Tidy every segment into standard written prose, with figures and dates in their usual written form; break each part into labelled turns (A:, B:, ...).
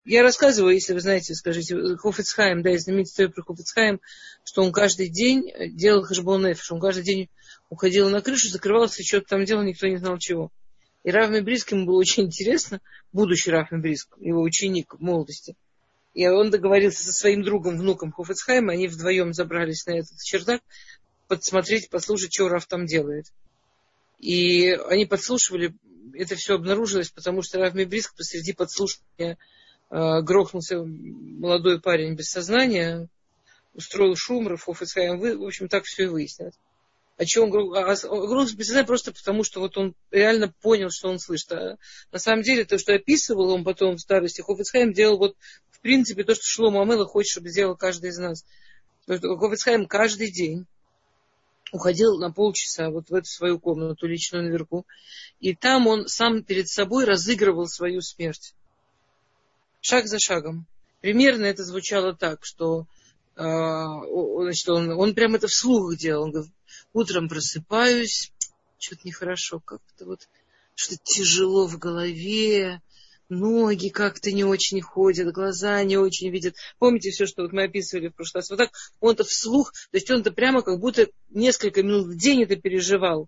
A: Я рассказываю, если вы знаете, скажите, Хофец Хаим, да, знаменитый история про Хофец Хаим, что он каждый день делал хэшбон нефеш, он каждый день уходил на крышу, закрывался, что-то там делал, никто не знал чего. И Рав Мибриск, ему было очень интересно, будущий Рав Мибриск, его ученик в молодости. И он договорился со своим другом, внуком Хофец Хаима, они вдвоем забрались на этот чердак, подсмотреть, послушать, что Рав там делает. И они подслушивали, это все обнаружилось, потому что Рав Мибриск посреди подслушивания грохнулся молодой парень без сознания, устроил шум, Хофец Хаим, в общем, так все и выяснилось. А что он грохнулся без сознания просто потому, что вот он реально понял, что он слышит. А на самом деле, то, что описывал он потом в старости, Хофец Хаим делал вот, в принципе, то, что Шломо Амелех хочет, чтобы сделал каждый из нас. Хофец Хаим каждый день уходил на полчаса вот в эту свою комнату личную наверху, и там он сам перед собой разыгрывал свою смерть. Шаг за шагом. Примерно это звучало так, что значит, он прям это вслух делал. Он говорит, утром просыпаюсь, что-то нехорошо, как-то вот что-то тяжело в голове, ноги как-то не очень ходят, глаза не очень видят. Помните все, что вот мы описывали в прошлый раз? Вот так он-то вслух, то есть он-то прямо как будто несколько минут в день это переживал.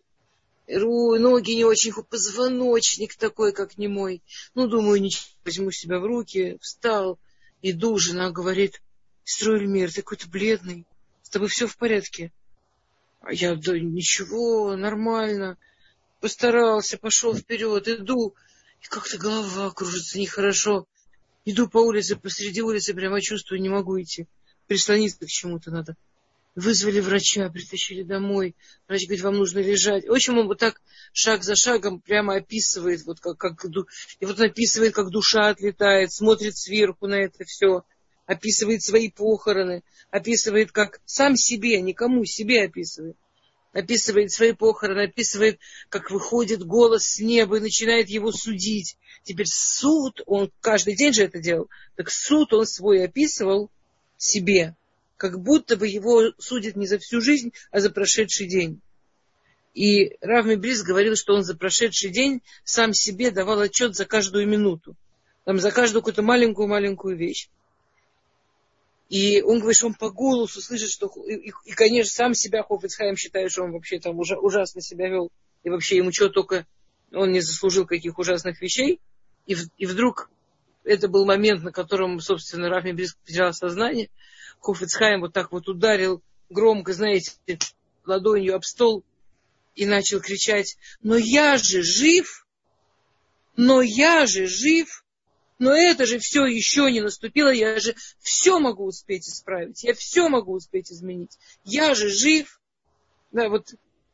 A: Ноги не очень, позвоночник такой, как немой. Ну, думаю, ничего, возьму себя в руки, встал, иду, жена говорит, Стройльмир, ты какой-то бледный, с тобой все в порядке? А я, да ничего, нормально, постарался, пошел вперед, иду, и как-то голова кружится нехорошо. Иду по улице, посреди улицы, прямо чувствую, не могу идти, прислониться к чему-то надо. Вызвали врача, притащили домой. Врач говорит, вам нужно лежать. В общем, он вот так шаг за шагом прямо описывает, вот и вот он описывает, как душа отлетает, смотрит сверху на это все, описывает свои похороны, описывает, как сам себе, никому, себе описывает. Описывает свои похороны, описывает, как выходит голос с неба и начинает его судить. Теперь суд, он каждый день же это делал, так суд он свой описывал себе. Как будто бы его судят не за всю жизнь, а за прошедший день. И Рав Мибриск говорил, что он за прошедший день сам себе давал отчет за каждую минуту. Там, за каждую какую-то маленькую вещь. И он говорит, что он по голосу слышит, что... И конечно, сам себя Хофец Хаим считает, что он вообще там ужасно себя вел. И вообще ему что только... Он не заслужил каких ужасных вещей. И вдруг это был момент, на котором, собственно, Рав Мибриск потерял сознание. Хофец Хаим вот так вот ударил громко, знаете, ладонью об стол и начал кричать, но я же жив, но это же все еще не наступило, я же все могу успеть исправить, я все могу успеть изменить, я же жив. Да, вот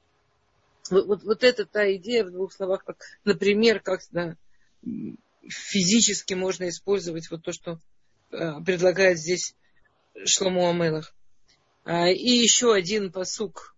A: это та идея в двух словах, как, например, как да, физически можно использовать вот то, что предлагает здесь Шломо Амелех. И еще один пасук.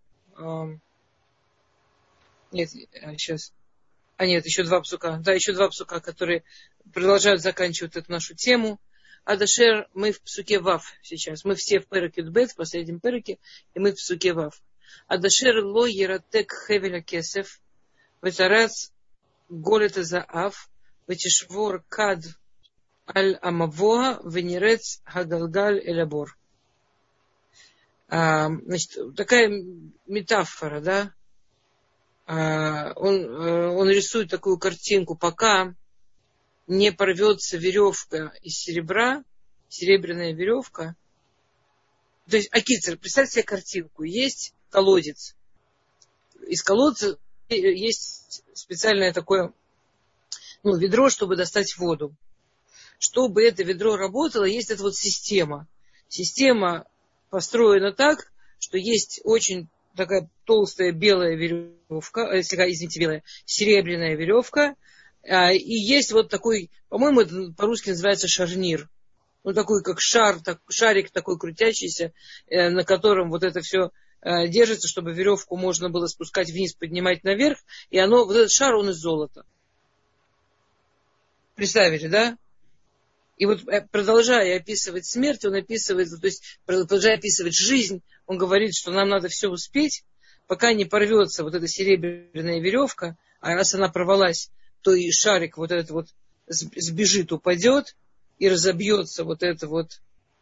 A: Еще два пасука. Да, еще два пасука, которые продолжают заканчивать эту нашу тему. Адашер, мы в пасуке Вав сейчас. Мы все в переке Бет, в последнем переке, и мы в пасуке Вав. Адашер ло ератек хевеля кесев, ветарац голета заав, ветишвор кад Аль-Амавоа, Венерец, Хагалгаль, Элябор. Значит, такая метафора, да? Он рисует такую картинку, пока не порвется веревка из серебра, серебряная веревка. То есть, Акицер, представьте себе картинку. Есть колодец. Из колодца есть специальное такое ведро, чтобы достать воду. Чтобы это ведро работало, есть эта вот система. Система построена так, что есть очень такая толстая белая веревка, серебряная веревка, и есть вот такой, по-моему, это по-русски называется шарнир. Ну, такой как шарик такой крутящийся, на котором вот это все держится, чтобы веревку можно было спускать вниз, поднимать наверх, и вот этот шар, он из золота. Представили, да? И вот продолжая описывать смерть, он описывает, то есть продолжая описывать жизнь, он говорит, что нам надо все успеть, пока не порвется вот эта серебряная веревка, а раз она порвалась, то и шарик вот этот вот сбежит, упадет, и разобьется вот это вот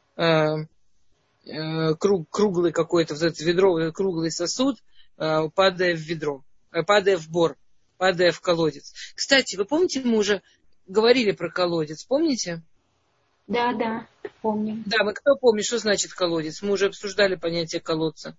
A: круглый какой-то, вот это ведро, вот этот круглый сосуд, падая в ведро, падая в бор, падая в колодец. Кстати, вы помните, мы уже говорили про колодец, помните?
B: Да, помню.
A: Да, мы кто помнит, что значит колодец? Мы уже обсуждали понятие колодца.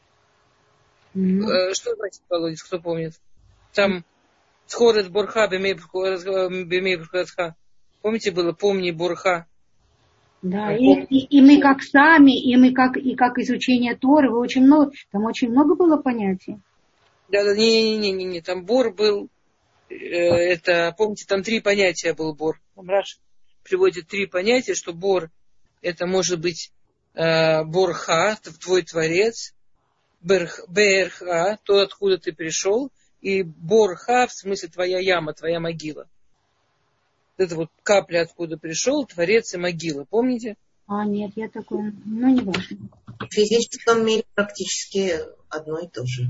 A: Что значит колодец, кто помнит? Там схорет борха бемей брхатха. Помните было помни борха?
B: Да, и мы как сами, и как изучение Торы, там очень много было понятий.
A: Да, не, там бор был, это, помните, там 3 понятия был бор. Раш приводит 3 понятия, что бор, это может быть борха, твой творец, берха, то, откуда ты пришел, и борха, в смысле твоя яма, твоя могила. Это вот капля, откуда пришел, творец и могила. Помните?
B: Нет, я такой, не важно.
C: В физическом мире практически одно и то же.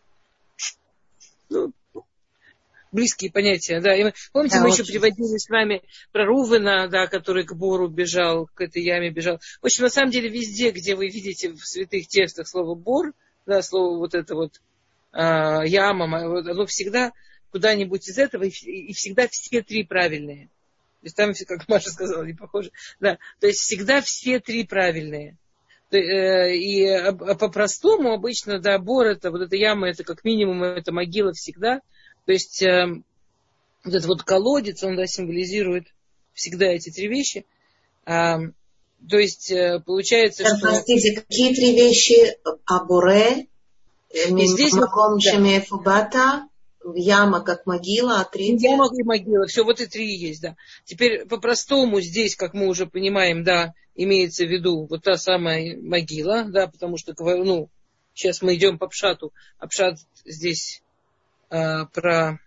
A: Близкие понятия, да. И помните, мы еще приводили с вами про Рувена, да, который к Бору бежал, к этой яме бежал. В общем, на самом деле, везде, где вы видите в святых текстах слово Бор, да, слово вот это вот яма, оно всегда куда-нибудь из этого, и всегда все 3 правильные. То есть там, как Маша сказала, не похоже. Да, то есть всегда все 3 правильные. И по-простому обычно, да, Бор, это вот эта яма, это как минимум, это могила всегда. То есть вот этот вот колодец, он, да, символизирует всегда эти 3 вещи. То есть получается, что...
C: Простите, какие 3 вещи? Абуре, Маком Шемефубата, яма как могила, а 3...
A: Яма и могила, все, вот и 3 есть, да. Теперь по-простому здесь, как мы уже понимаем, да, имеется в виду вот та самая могила, да, потому что, сейчас мы идем по пшату, а пшат здесь... про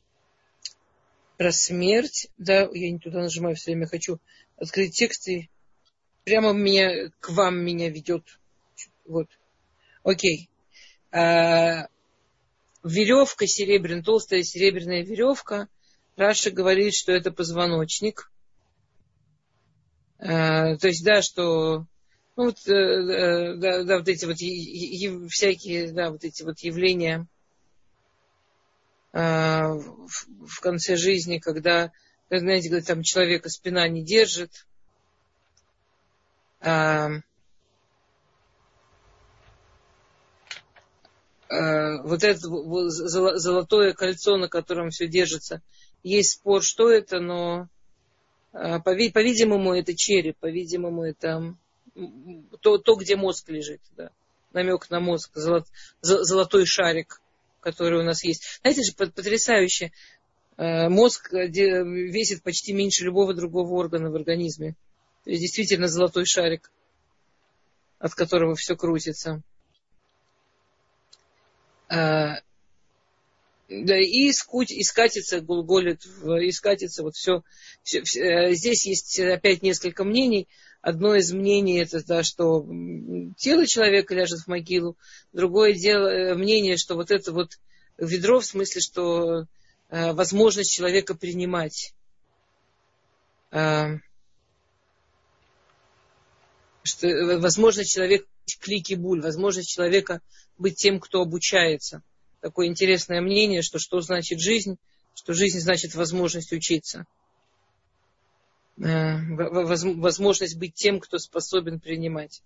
A: смерть, да, я не туда нажимаю все время, хочу открыть текст, и прямо к вам меня ведет. Вот. Окей. Веревка серебряная, толстая серебряная веревка. Раша говорит, что это позвоночник. То есть, да, что вот эти вот всякие, да, вот эти вот явления в конце жизни, когда, знаете, говорят, там человека спина не держит. Вот это золотое кольцо, на котором все держится. Есть спор, что это, но по-видимому, это череп, по-видимому, это то, где мозг лежит. Да. Намек на мозг, золотой шарик, который у нас есть. Знаете же, потрясающе. Мозг весит почти меньше любого другого органа в организме. То есть действительно золотой шарик, от которого все крутится. Да, и скатится, гулголит, и скатится вот все. Здесь есть опять несколько мнений. Одно из мнений это, да, что тело человека ляжет в могилу. Другое мнение, что вот это вот ведро, в смысле, что возможность человека принимать. Что возможность человека клики буль, возможность человека быть тем, кто обучается. Такое интересное мнение, что значит жизнь, что жизнь значит возможность учиться. Возможность быть тем, кто способен принимать.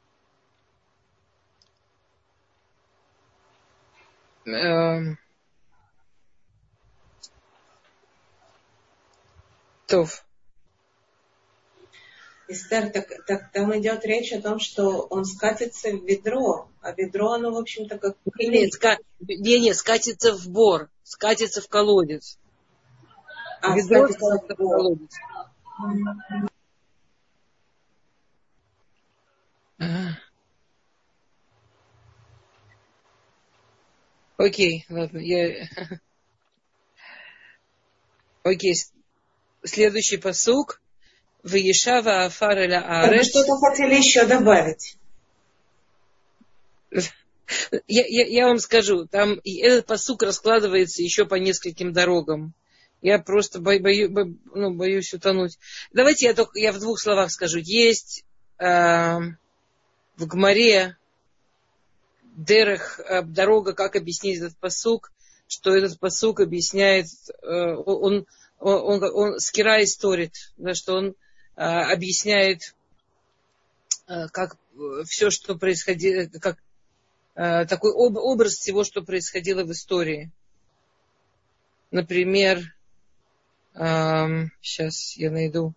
A: Тов.
C: Эстер, так там идет речь о том, что он скатится в ведро, а ведро, оно, в общем-то, как...
A: Нет, скатится в бор, скатится в колодец. Ведро скатится в колодец. Окей, ладно, Окей, следующий пасук. Ваешава афар эля аарец.
C: Вы что-то хотели еще добавить?
A: Я вам скажу, там этот пасук раскладывается еще по нескольким дорогам. Я просто боюсь утонуть. Давайте я в 2 словах скажу. Есть в Гмаре дорога, как объяснить этот пасук, что этот пасук объясняет, он скира историт, да, что он объясняет, как все, что происходило, как такой образ всего, что происходило в истории. Например, сейчас я найду.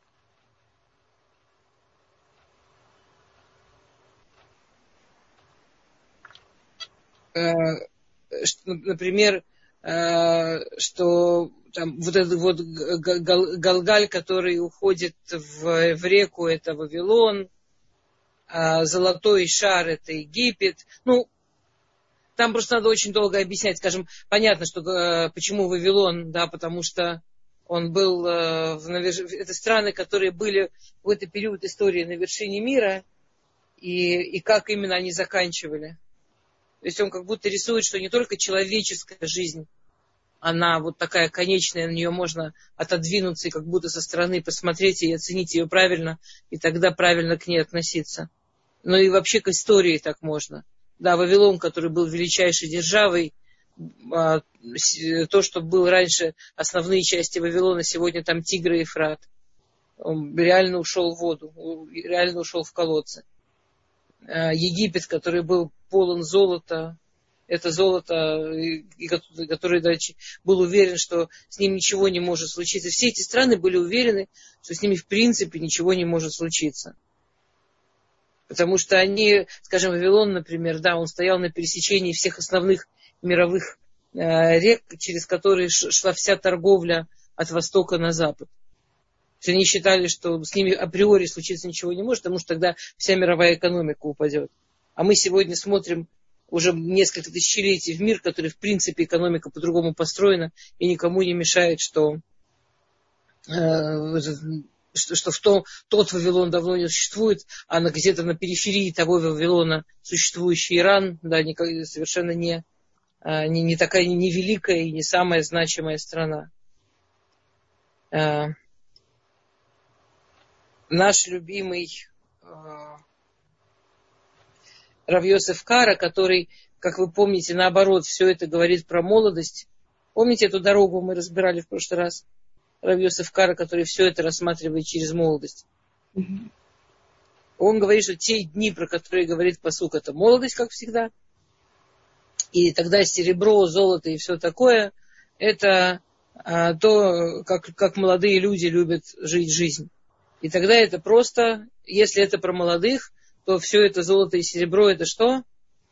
A: Например, что там вот этот вот Галгаль, который уходит в реку, это Вавилон, золотой шар, это Египет. Ну, там просто надо очень долго объяснять. Скажем, понятно, что почему Вавилон, да, потому что он был, это страны, которые были в этот период истории на вершине мира, и как именно они заканчивали. То есть он как будто рисует, что не только человеческая жизнь, она вот такая конечная, на нее можно отодвинуться и как будто со стороны посмотреть и оценить ее правильно, и тогда правильно к ней относиться. Но и вообще к истории так можно. Да, Вавилон, который был величайшей державой, то, что было раньше основные части Вавилона, сегодня там Тигр и Ефрат. Он реально ушел в воду, реально ушел в колодцы. Египет, который был полон золота, это золото, который был уверен, что с ним ничего не может случиться. Все эти страны были уверены, что с ними в принципе ничего не может случиться. Потому что они, скажем, Вавилон, например, да, он стоял на пересечении всех основных мировых рек, через которые шла вся торговля от востока на запад. То есть они считали, что с ними априори случиться ничего не может, потому что тогда вся мировая экономика упадет. А мы сегодня смотрим уже несколько тысячелетий в мир, который, в принципе, экономика по-другому построена, и никому не мешает, что тот Вавилон давно не существует, а где-то на периферии того Вавилона существующий Иран, да, совершенно не такая не великая и не самая значимая страна. Наш любимый Рав Йосеф Кара, который, как вы помните, наоборот, все это говорит про молодость. Помните эту дорогу мы разбирали в прошлый раз? Рав Йосеф Кара, который все это рассматривает через молодость. Mm-hmm. Он говорит, что те дни, про которые говорит пасук, это молодость, как всегда. И тогда серебро, золото и все такое, это то, как молодые люди любят жить жизнь. И тогда это просто, если это про молодых, то все это золото и серебро, это что?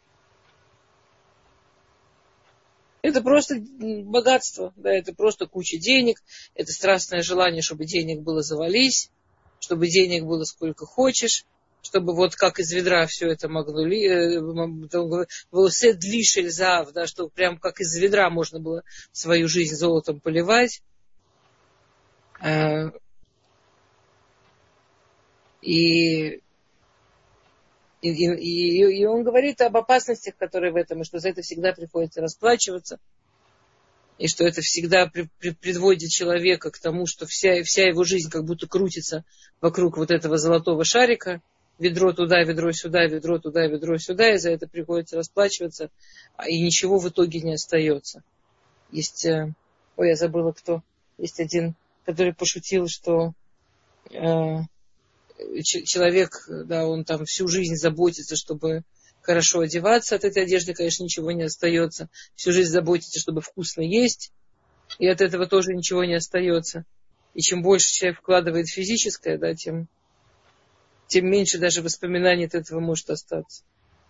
A: Это просто богатство, да, это просто куча денег, это страстное желание, чтобы денег было завались, чтобы денег было сколько хочешь, чтобы вот как из ведра все это могло, да, что прям как из ведра можно было свою жизнь золотом поливать. И он говорит об опасностях, которые в этом, и что за это всегда приходится расплачиваться, и что это всегда приводит человека к тому, что вся его жизнь как будто крутится вокруг вот этого золотого шарика, ведро туда, ведро сюда, ведро туда, ведро сюда, и за это приходится расплачиваться, и ничего в итоге не остается. Есть, я забыла кто, есть один, который пошутил, что человек, да, он там всю жизнь заботится, чтобы хорошо одеваться, от этой одежды, конечно, ничего не остается. Всю жизнь заботится, чтобы вкусно есть, и от этого тоже ничего не остается. И чем больше человек вкладывает в физическое, да, тем меньше даже воспоминаний от этого может остаться.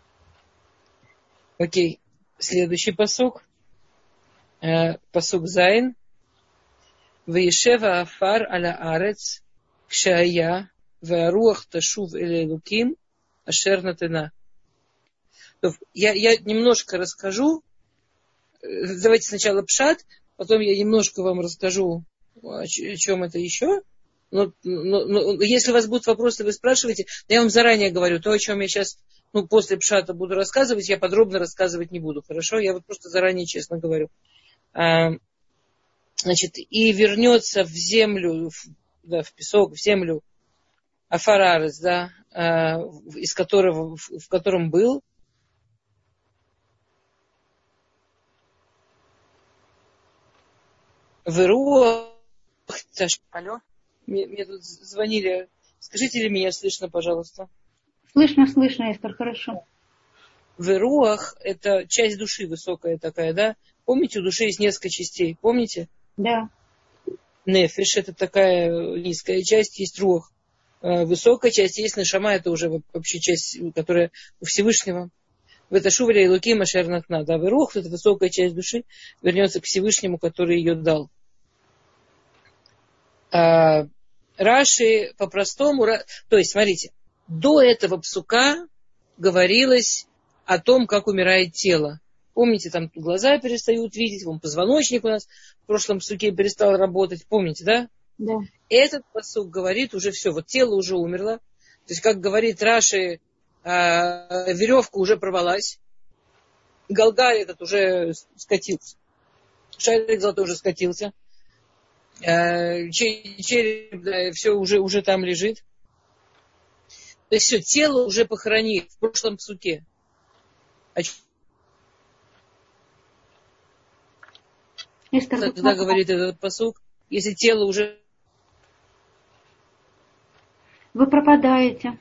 A: Окей, следующий пасук. Пасук Зайн. Ваешева афар аля арец кшая варуах ташув эле луким ашер натена. Я немножко расскажу. Давайте сначала пшат, потом я немножко вам расскажу, о чем это еще. Но если у вас будут вопросы, вы спрашиваете, я вам заранее говорю, то, о чем я сейчас, после пшата буду рассказывать, я подробно рассказывать не буду, хорошо? Я вот просто заранее честно говорю. значит, и вернется в землю, в песок, в землю Афарарес, да, в котором был. Алло, мне тут звонили. Скажите ли меня слышно, пожалуйста?
B: Слышно, Эстер, хорошо.
A: Веруах – это часть души высокая такая, да? Помните, у души есть несколько частей, помните?
B: Да.
A: Нефиш – это такая низкая часть, есть руах. Высокая часть есть нешама, это уже вообще часть, которая у Всевышнего. В это шувля и луки машернатна. Да, веруах – это высокая часть души, вернется к Всевышнему, который ее дал. Раши по-простому, то есть, смотрите, до этого псука говорилось о том, как умирает тело. Помните, там глаза перестают видеть, вон позвоночник у нас в прошлом псуке перестал работать. Помните, да?
B: Да.
A: Этот псук говорит уже все, вот тело уже умерло. То есть, как говорит Раши, веревка уже порвалась. Галгаль этот уже скатился. Шарик золотой уже скатился. Череп, да, все уже там лежит. То есть все, тело уже похоронили в прошлом псуке. Когда говорит этот пасук, если тело уже...
B: Вы пропадаете.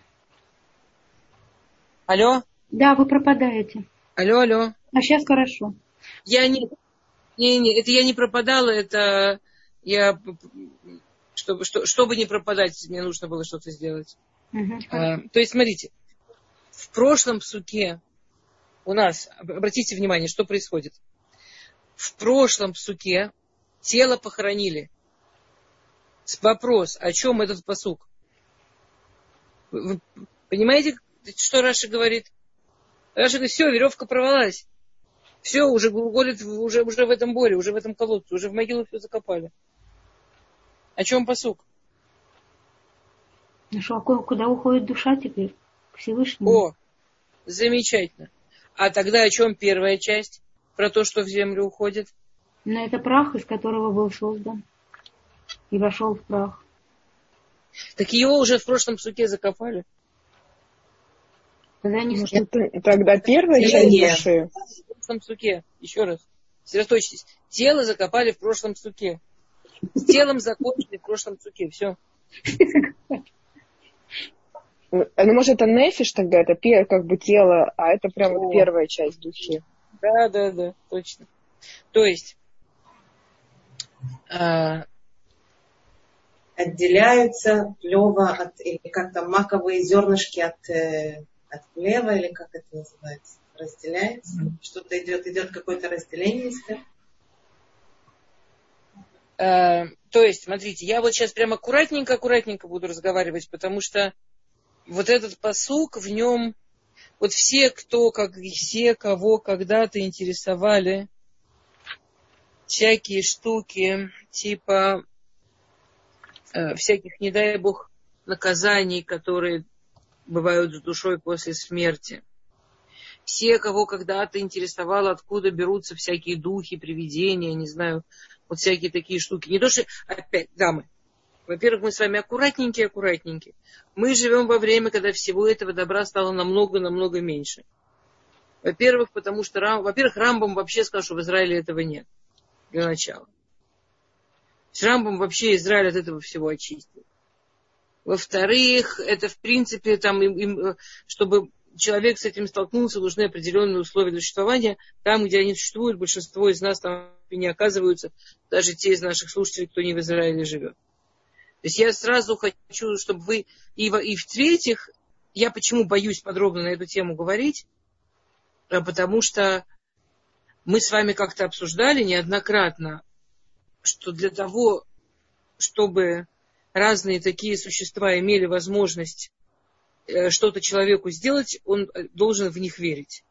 A: Алло?
B: Да, вы пропадаете.
A: Алло.
B: А сейчас хорошо.
A: Это я не пропадала, это я... Чтобы не пропадать, мне нужно было что-то сделать. То есть, смотрите, в прошлом псуке у нас, обратите внимание, что происходит. В прошлом псуке тело похоронили. Вопрос, о чем этот пасук? Вы понимаете, что Раши говорит? Раши говорит, все, веревка порвалась. Все, уже гуголит уже в этом боре, уже в этом колодце, уже в могилу все закопали. О чем пасук?
B: Ну что, куда уходит душа теперь? К Всевышнему.
A: О, замечательно. А тогда о чем первая часть? Про то, что в землю уходит?
B: Но это прах, из которого был создан. И вошел в прах.
A: Так его уже в прошлом псуке закопали.
D: Тогда первая часть души.
A: В прошлом псуке. Еще раз. Сосредоточьтесь. Тело закопали в прошлом псуке. С телом закончили в прошлом псуке. Все.
D: Ну, может, это нефиш тогда, это как бы тело, а это прям вот первая часть души.
A: Да, точно. То есть
C: отделяются плева или как там маковые зернышки от плева, или как это называется? Разделяется? Что-то идет какое-то разделение?
A: То есть, смотрите, я вот сейчас прям аккуратненько буду разговаривать, потому что вот этот пасук, в нем вот все, кого когда-то интересовали всякие штуки, типа всяких, не дай бог, наказаний, которые бывают с душой после смерти. Все, кого когда-то интересовало, откуда берутся всякие духи, привидения, не знаю, вот всякие такие штуки. Не то, что, опять, дамы, во-первых, мы с вами аккуратненькие. Мы живем во время, когда всего этого добра стало намного меньше. Во-первых, потому что Рамбам вообще сказал, что в Израиле этого нет. Для начала. Рамбам вообще Израиль от этого всего очистил. Во-вторых, это в принципе, там, чтобы человек с этим столкнулся, нужны определенные условия для существования. Там, где они существуют, большинство из нас там не оказываются, даже те из наших слушателей, кто не в Израиле живет. То есть я сразу хочу, чтобы вы... И в-третьих, я почему боюсь подробно на эту тему говорить, потому что мы с вами как-то обсуждали неоднократно, что для того, чтобы разные такие существа имели возможность что-то человеку сделать, он должен в них верить.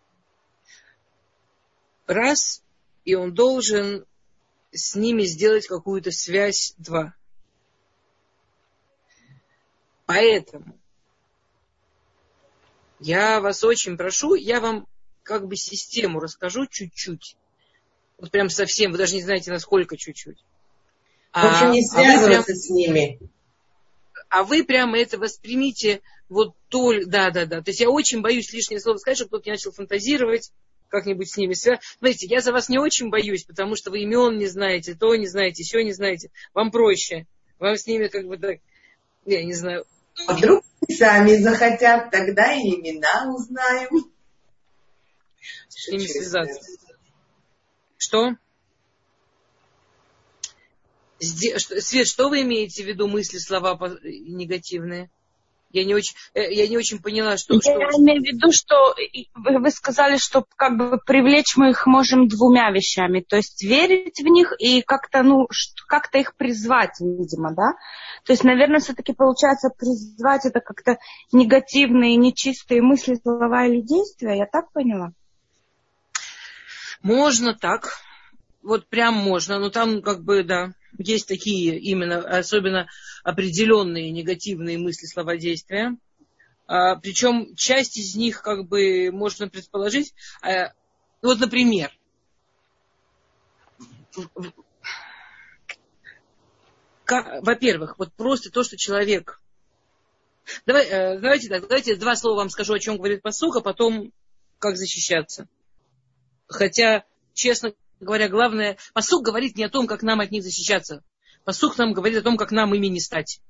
A: Раз, и он должен с ними сделать какую-то связь, два. Поэтому я вас очень прошу, я вам как бы систему расскажу чуть-чуть. Вот прям совсем, вы даже не знаете, насколько чуть-чуть.
C: В общем, не связываться с ними.
A: А вы прямо это воспримите вот только... Да. То есть я очень боюсь лишнее слово сказать, чтобы кто-то не начал фантазировать, как-нибудь с ними связать. Знаете, я за вас не очень боюсь, потому что вы имен не знаете, то не знаете, все не знаете. Вам проще. Вам с ними как бы так... Я не знаю.
C: А вдруг сами захотят, тогда и имена узнаем.
A: С ними связаться. Что? Свет, что вы имеете в виду, мысли, слова негативные? Я не очень поняла, что...
E: Я имею в виду, что вы сказали, что как бы привлечь мы их можем двумя вещами. То есть верить в них и как-то, как-то их призвать, видимо, да? То есть, наверное, все-таки получается призвать это как-то негативные, нечистые мысли, слова или действия. Я так поняла?
A: Можно так. Вот прям можно. Но там как бы, да, есть такие именно, особенно определенные негативные мысли, слова, действия. Причем часть из них как бы можно предположить. Вот, например, во-первых, вот просто то, что человек... Давайте два слова вам скажу, о чем говорит пасук, а потом как защищаться. Хотя, честно говоря, главное, пасук говорит не о том, как нам от них защищаться. Пасук нам говорит о том, как нам ими не стать.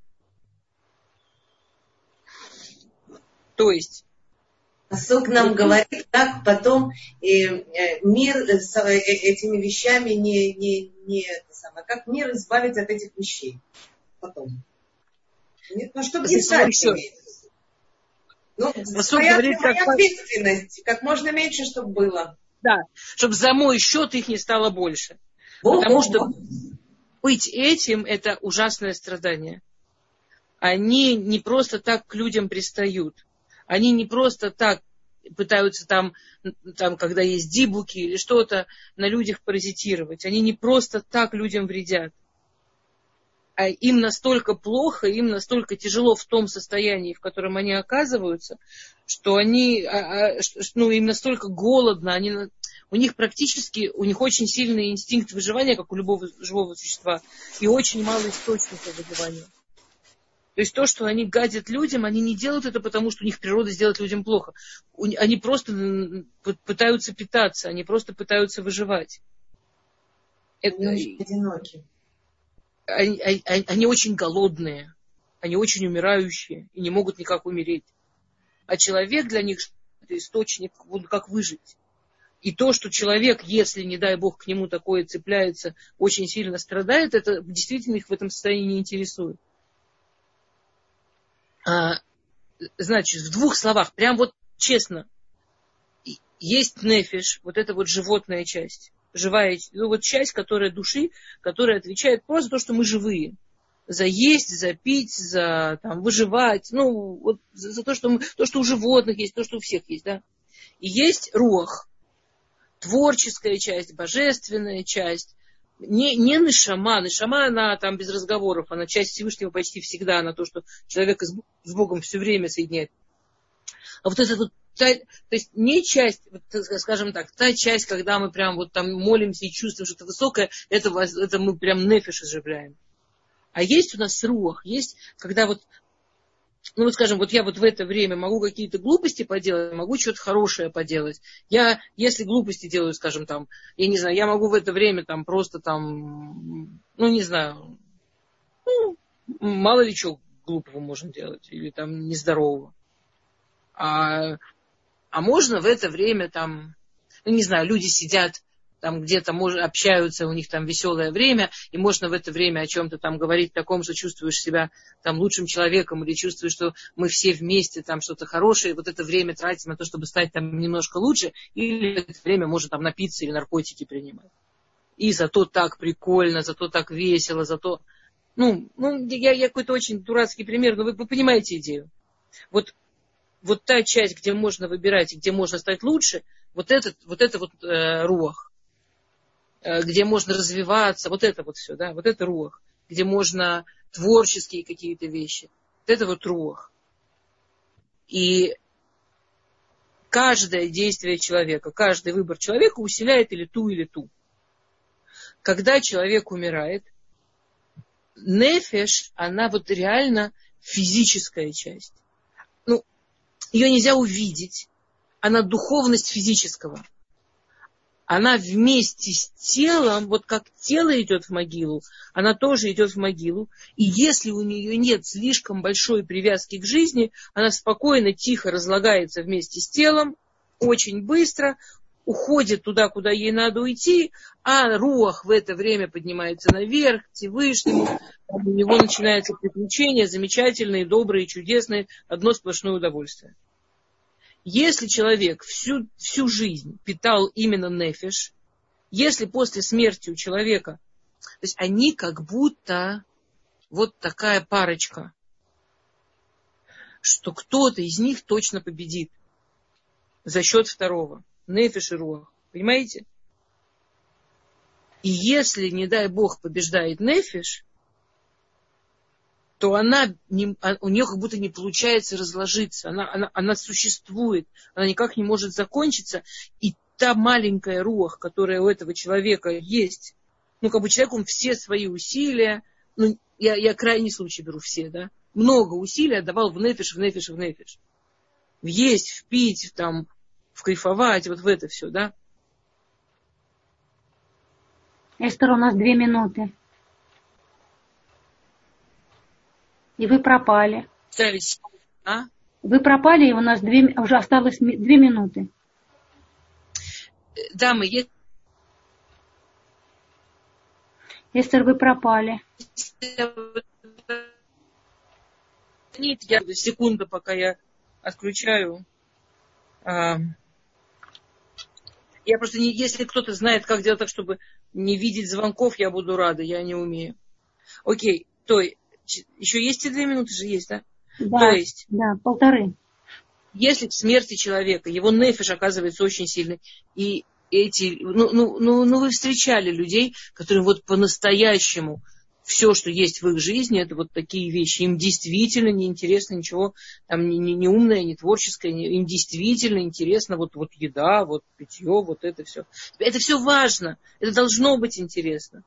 A: То есть...
C: Пасук нам говорит, как потом мир с этими вещами как мир избавить от этих вещей. Потом. Нет, чтобы не стать ими.
A: Пасук говорит,
C: своя ответственность, как можно меньше, чтобы было.
A: Да, чтобы за мой счет их не стало больше. Потому что быть этим – это ужасное страдание. Они не просто так к людям пристают. Они не просто так пытаются там, когда есть дибуки или что-то, на людях паразитировать. Они не просто так людям вредят. А им настолько плохо, им настолько тяжело в том состоянии, в котором они оказываются, что они, им настолько голодно, у них очень сильный инстинкт выживания, как у любого живого существа, и очень мало источников выживания. То есть то, что они гадят людям, они не делают это потому, что у них природа сделать людям плохо. Они просто пытаются питаться, они просто пытаются выживать.
C: Они очень одиноки.
A: Они очень голодные, они очень умирающие и не могут никак умереть. А человек для них это источник, как выжить. И то, что человек, если, не дай Бог, к нему такое цепляется, очень сильно страдает, это действительно их в этом состоянии не интересует. Значит, в двух словах, прям вот честно, есть нефиш, вот эта вот животная часть, живая, часть, которая души, которая отвечает просто за то, что мы живые. За есть, за пить, за выживать, за то, что у животных есть, то, что у всех есть, да. И есть руах, творческая часть, божественная часть, не нешама. Нешама, она там без разговоров, она часть Всевышнего почти всегда, она то, что человека с Богом все время соединяет. А вот это вот, то есть не часть, скажем так, та часть, когда мы прям вот там молимся и чувствуем что-то высокое, это мы прям нефиш оживляем. А есть у нас руах, есть, когда вот, скажем, вот я вот в это время могу какие-то глупости поделать, могу что-то хорошее поделать. Я, если глупости делаю, скажем, я не знаю, я могу в это время просто не знаю, мало ли чего глупого можно делать, или нездорового. А можно в это время не знаю, люди сидят где-то общаются, у них веселое время, и можно в это время о чем-то говорить таком, что чувствуешь себя лучшим человеком, или чувствуешь, что мы все вместе что-то хорошее, вот это время тратим на то, чтобы стать немножко лучше, или в это время можно напиться или наркотики принимать. И зато так прикольно, зато так весело, зато... я какой-то очень дурацкий пример, но вы понимаете идею. Вот та часть, где можно выбирать и где можно стать лучше, вот это руах. Где можно развиваться, вот это вот все, да, вот это руах, где можно творческие какие-то вещи, вот это вот руах. И каждое действие человека, каждый выбор человека усиляет или ту. когда человек умирает, нефеш, она вот реально физическая часть. Ну, ее нельзя увидеть. Она духовность физического. Она вместе с телом, вот как тело идет в могилу, она тоже идет в могилу. И если у нее нет слишком большой привязки к жизни, она спокойно, тихо разлагается вместе с телом, очень быстро, уходит туда, куда ей надо уйти, а руах в это время поднимается наверх, к Всевышнему, у него начинаются приключения замечательные, добрые, чудесные, одно сплошное удовольствие. Если человек всю жизнь питал именно нефеш, если после смерти у человека, то есть они как будто вот такая парочка, что кто-то из них точно победит за счет второго. Нефеш и руах. Понимаете? И если, не дай Бог, побеждает нефеш, то у нее как будто не получается разложиться. Она существует. Она никак не может закончиться. И та маленькая руах, которая у этого человека есть, ну, как бы человек, он все свои усилия, ну, я крайний случай беру все, да, много усилий отдавал в нефеш. В есть, в пить, там, в кайфовать, вот в это все, да.
B: Эстер, у нас 2 минуты. И вы пропали. Вы пропали, и у нас уже осталось 2 минуты.
A: Да, мы есть.
B: Эстер, вы пропали.
A: Нет, секунду, пока я отключаю. Я просто если кто-то знает, как делать так, чтобы не видеть звонков, я буду рада, я не умею. Окей, то еще есть и 2 минуты же есть, да?
B: Да,
A: то есть,
B: да, 1,5.
A: Если к смерти человека его нефеш оказывается очень сильный, и вы встречали людей, которые вот по-настоящему все, что есть в их жизни, это вот такие вещи. Им действительно не интересно ничего, там не умное, не творческое, им действительно интересно вот еда, вот питье, вот это все. Это все важно, это должно быть интересно.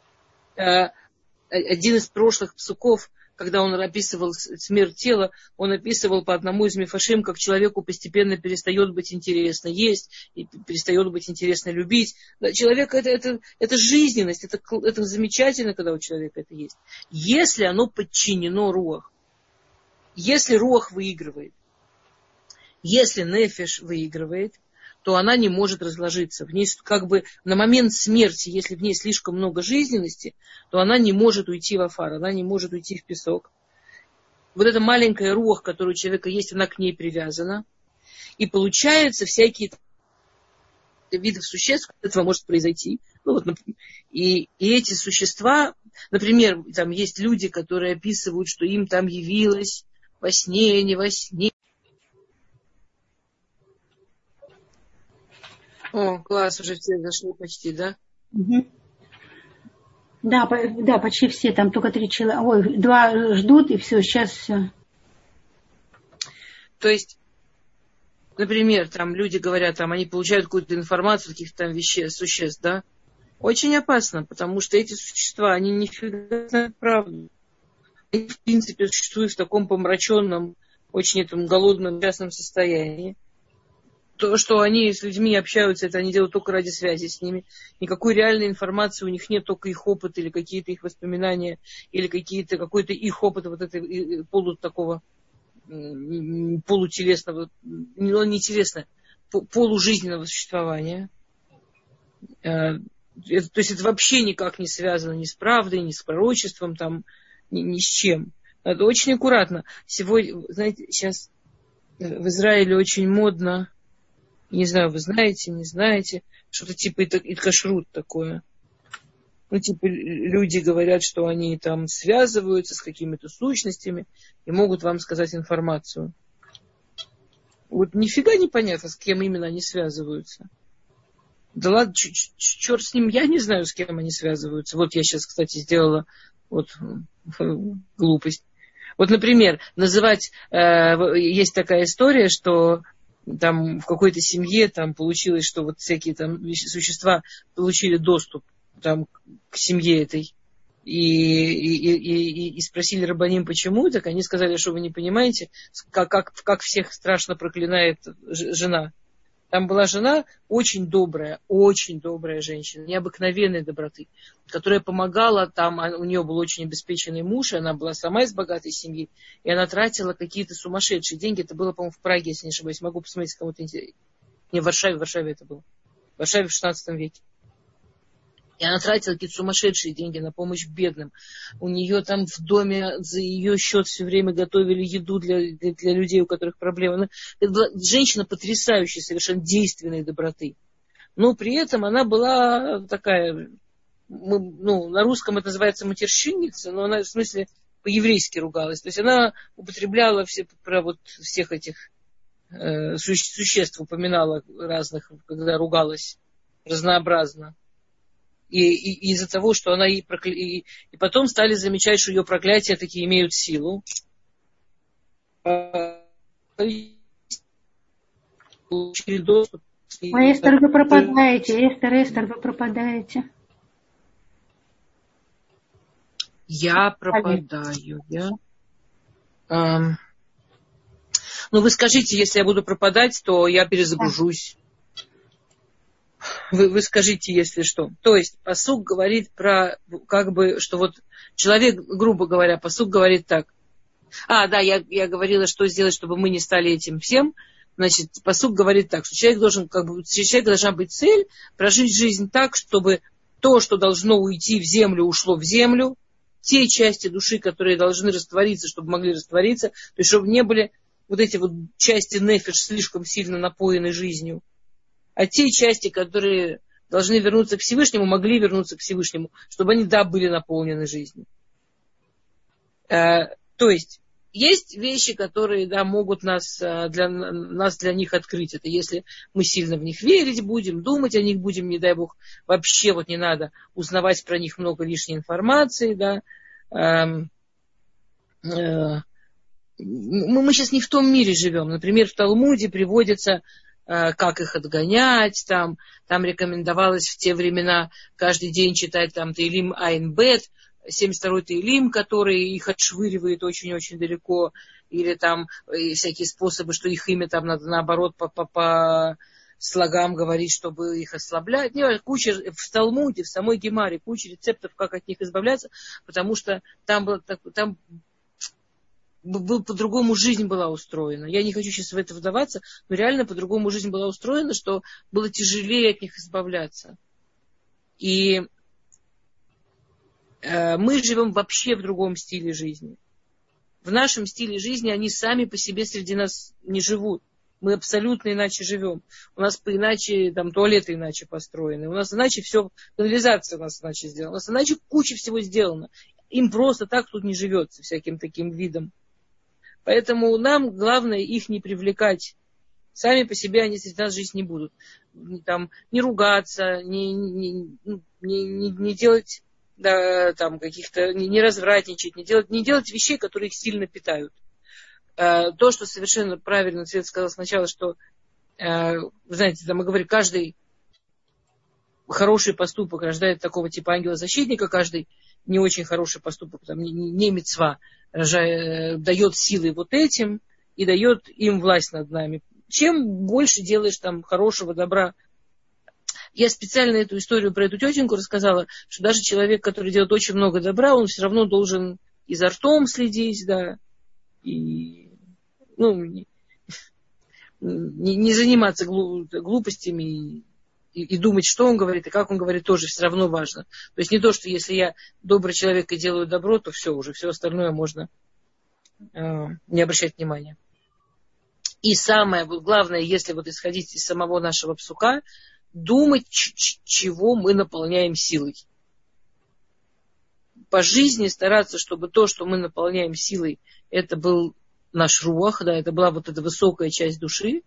A: Один из прошлых псуков, когда он описывал смерть тела, он описывал по одному из мифашим, как человеку постепенно перестает быть интересно есть, и перестает быть интересно любить. Человек это жизненность, это замечательно, когда у человека это есть. Если оно подчинено руах, если руах выигрывает, если нефеш выигрывает, то она не может разложиться. В ней как бы на момент смерти, если в ней слишком много жизненности, то она не может уйти в афар, она не может уйти в песок. Вот эта маленькая руах, которая у человека есть, она к ней привязана. И получаются всякие виды существ, от этого может произойти. И эти существа, например, там есть люди, которые описывают, что им там явилось во сне, не во сне. О, класс, уже все зашли почти, да?
B: Угу. Да, почти все, там только 3 человека. Ой, 2 ждут, и все, сейчас все.
A: То есть, например, там люди говорят, там они получают какую-то информацию, каких-то там существ, да? Очень опасно, потому что эти существа, они нифига знают правду. Они, в принципе, существуют в таком помраченном, очень этом голодном, частном состоянии. То, что они с людьми общаются, это они делают только ради связи с ними. Никакой реальной информации у них нет, только их опыт или какие-то их воспоминания, или какой-то их опыт вот этой такого полутелесного, не телесного, полужизненного существования. То есть это вообще никак не связано ни с правдой, ни с пророчеством, там, ни с чем. Надо очень аккуратно. Сегодня, знаете, сейчас в Израиле очень модно, не знаю, вы знаете, не знаете, что-то типа иткашрут такое. Типа люди говорят, что они там связываются с какими-то сущностями и могут вам сказать информацию. Вот нифига не понятно, с кем именно они связываются. Да ладно, черт с ним, я не знаю, с кем они связываются. Вот я сейчас, кстати, сделала глупость. Вот, например, есть такая история, что там в какой-то семье там получилось, что вот всякие там существа получили доступ там, к семье этой. И спросили рабаним, почему, так они сказали, что вы не понимаете, как всех страшно проклинает жена. Там была жена очень добрая женщина, необыкновенной доброты, которая помогала, там у нее был очень обеспеченный муж, и она была сама из богатой семьи, и она тратила какие-то сумасшедшие деньги. Это было, по-моему, в Праге, если не ошибаюсь. Могу посмотреть, кому-то интересно. Не, в Варшаве это было. В Варшаве в 16 веке. И она тратила какие-то сумасшедшие деньги на помощь бедным. У нее там в доме за ее счет все время готовили еду для людей, у которых проблемы. Это была женщина потрясающей, совершенно действенной доброты. Но при этом она была такая, на русском это называется матерщинница, но она в смысле по-еврейски ругалась. То есть она употребляла всех этих существ, упоминала разных, когда ругалась разнообразно. И из-за того, что она и потом стали замечать, что ее проклятия такие имеют силу.
B: Эстер, вы пропадаете. Эстер, вы пропадаете.
A: Я пропадаю. Вы скажите, если я буду пропадать, то я перезагружусь. Вы скажите, если что. То есть пасук говорит про, что вот человек, грубо говоря, пасук говорит так. Я говорила, что сделать, чтобы мы не стали этим всем. Значит, пасук говорит так, что человек должна быть цель прожить жизнь так, чтобы то, что должно уйти в землю, ушло в землю. Те части души, которые должны раствориться, чтобы могли раствориться. То есть, чтобы не были вот эти вот части нефиш слишком сильно напоены жизнью. А те части, которые должны вернуться к Всевышнему, могли вернуться к Всевышнему, чтобы они, были наполнены жизнью. То есть вещи, которые, могут для них открыть. Это если мы сильно в них верить будем, думать о них будем, не дай Бог, вообще не надо узнавать про них много лишней информации, Мы сейчас не в том мире живем. Например, в Талмуде приводится, как их отгонять, там рекомендовалось в те времена каждый день читать Теилим Айн Бет, 72-й Теилим, который их отшвыривает очень-очень далеко, или всякие способы, что их имя надо наоборот по слогам говорить, чтобы их ослаблять. Куча в Талмуде, в самой Гемаре, куча рецептов, как от них избавляться, потому что там по-другому жизнь была устроена. Я не хочу сейчас в это вдаваться, но реально по-другому жизнь была устроена, что было тяжелее от них избавляться. И мы живем вообще в другом стиле жизни. В нашем стиле жизни они сами по себе среди нас не живут. Мы абсолютно иначе живем. У нас иначе туалеты иначе построены. У нас иначе все, канализация у нас иначе сделана. У нас иначе куча всего сделано. Им просто так тут не живется всяким таким видом. Поэтому нам главное их не привлекать. Сами по себе они среди нас жить не будут. Не ругаться, не делать каких-то, не развратничать, не делать вещей, которые их сильно питают. То, что совершенно правильно Свет сказал сначала, что, вы знаете, мы говорим, каждый хороший поступок рождает такого типа ангела-защитника, каждый не очень хороший поступок, не мицва, дает силы этим и дает им власть над нами. Чем больше делаешь хорошего, добра. Я специально эту историю про эту тетеньку рассказала, что даже человек, который делает очень много добра, он все равно должен и за ртом следить, и не заниматься глупостями и думать, что он говорит, и как он говорит, тоже все равно важно. То есть не то, что если я добрый человек и делаю добро, то все остальное можно не обращать внимания. И самое главное, если исходить из самого нашего псука, думать, чего мы наполняем силой. По жизни стараться, чтобы то, что мы наполняем силой, это был наш руах, это была эта высокая часть души,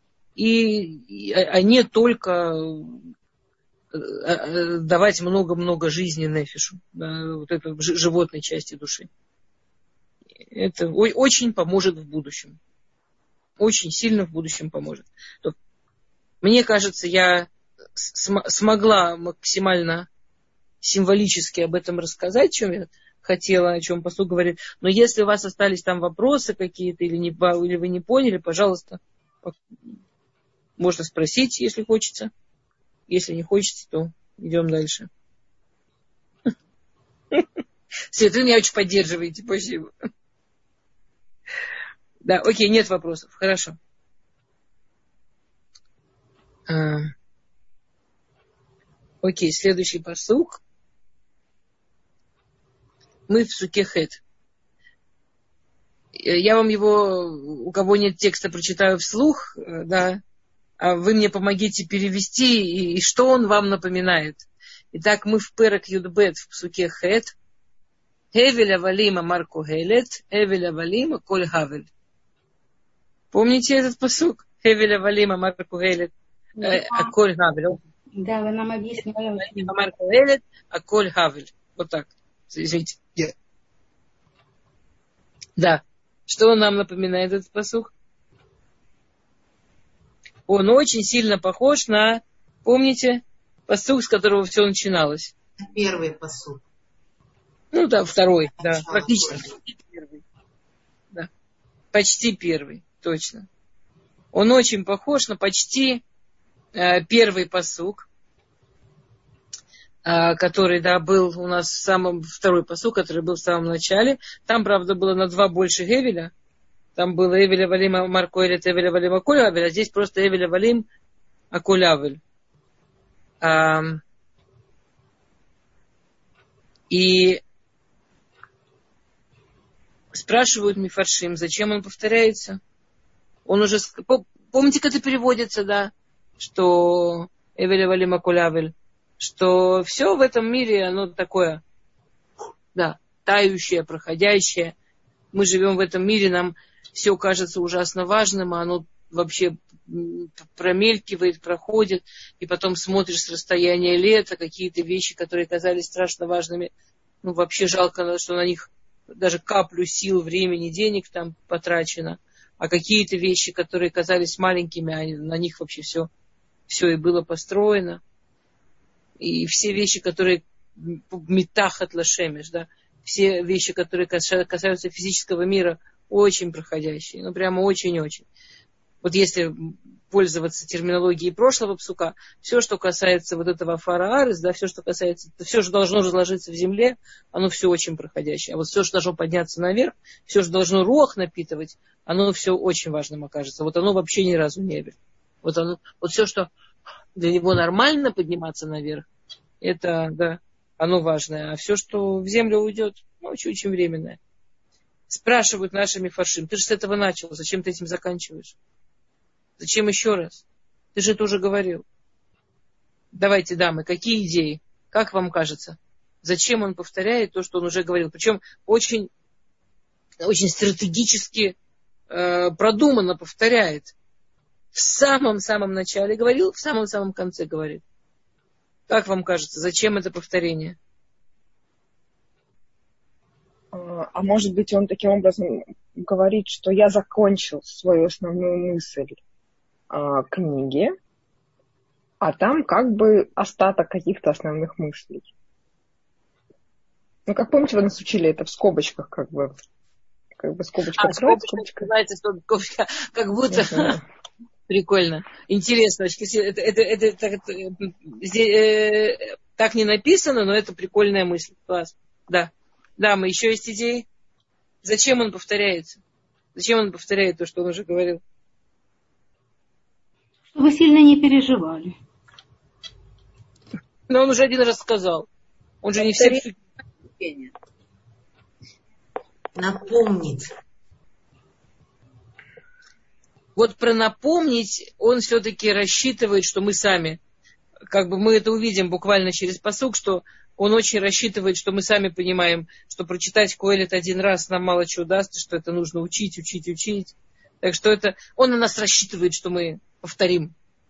A: а не только давать много-много жизни нефишу, этой животной части души. Это очень поможет в будущем. Очень сильно в будущем поможет. Мне кажется, я смогла максимально символически об этом рассказать, о чем я хотела, о чем пастух говорит. Но если у вас остались там вопросы какие-то, или вы не поняли, пожалуйста, можно спросить, если хочется. Если не хочется, то идем дальше. Свет, вы меня очень поддерживаете, спасибо. Да, окей, нет вопросов, хорошо. Окей, следующий пасук. Мы в псуке Хет. Я вам его, у кого нет текста, прочитаю вслух, да, а вы мне помогите перевести, и что он вам напоминает. Итак, мы в Перек Юдбет в псуке Хет. Хевеля валима Марку Гелет, Хевеля валима Коль Хавель. Помните этот пасук? Хевеля валима Марку Гелет, Коль Хавель.
B: Да, вы нам объясняли.
A: Марку Гелет, Коль Хавель. Вот так. Извините. Да. Что он нам напоминает, этот пасук? Он очень сильно похож на, помните, пасук, с которого все начиналось.
C: Первый пасук.
A: Ну да, второй, да, практически первый. Да. Почти первый, точно. Он очень похож на почти первый пасук, который, да, был у нас второй пасук, который был в самом начале. Там, правда, было на 2 больше Гевеля. Там было Эвеля Валима Марко Элет, Эвеля Валима Коль Авель, а здесь просто Эвеля Валим Аколь Авель. И спрашивают Мифаршим, зачем он повторяется? Он уже... Помните, как это переводится, да? Что Эвеля Валима Коль Авель. Что все в этом мире, оно такое, да, тающее, проходящее. Мы живем в этом мире, нам все кажется ужасно важным, а оно вообще промелькивает, проходит, и потом смотришь с расстояния лет, а какие-то вещи, которые казались страшно важными, ну, вообще жалко, что на них даже каплю сил, времени, денег там потрачено, а какие-то вещи, которые казались маленькими, на них вообще все и было построено. И все вещи, которые метахат лашемеш, да, все вещи, которые касаются физического мира, очень проходящие, ну прямо очень-очень. Вот если пользоваться терминологией прошлого псука, все, что касается вот этого фараарес, да, все, что должно разложиться в земле, оно все очень проходящее. А вот все, что должно подняться наверх, все, что должно руах напитывать, оно все очень важным окажется. Вот оно вообще ни разу не верит. Вот все, что для него нормально подниматься наверх, это, да, оно важное. А все, что в землю уйдет, очень временное. Спрашивают наши Мифаршим, ты же с этого начал, зачем ты этим заканчиваешь? Зачем еще раз? Ты же это уже говорил. Давайте, дамы, какие идеи? Как вам кажется? Зачем он повторяет то, что он уже говорил? Причем очень, очень стратегически продуманно повторяет. В самом-самом начале говорил, в самом-самом конце говорит. Как вам кажется, зачем это повторение?
D: А может быть, он таким образом говорит, что я закончил свою основную мысль книги, а там как бы остаток каких-то основных мыслей. Ну, как помните, вы нас учили это в скобочках, как бы скобочка открывается, скобочка.
A: Знаете, скобочка, как будто... Прикольно. Интересно. Это так не написано, но это прикольная мысль. Класс. Да. Да, мы еще есть идеи. Зачем он повторяется? Зачем он повторяет то, что он уже говорил?
B: Чтобы сильно не переживали.
A: Но он уже один раз сказал. Он же не все...
C: Напомнить.
A: Вот про напомнить он все-таки рассчитывает, что мы сами, как бы мы это увидим буквально через пасук, что он очень рассчитывает, что мы сами понимаем, что прочитать Коэлет один раз нам мало чего даст, и что это нужно учить. Так что это он на нас рассчитывает, что мы повторим.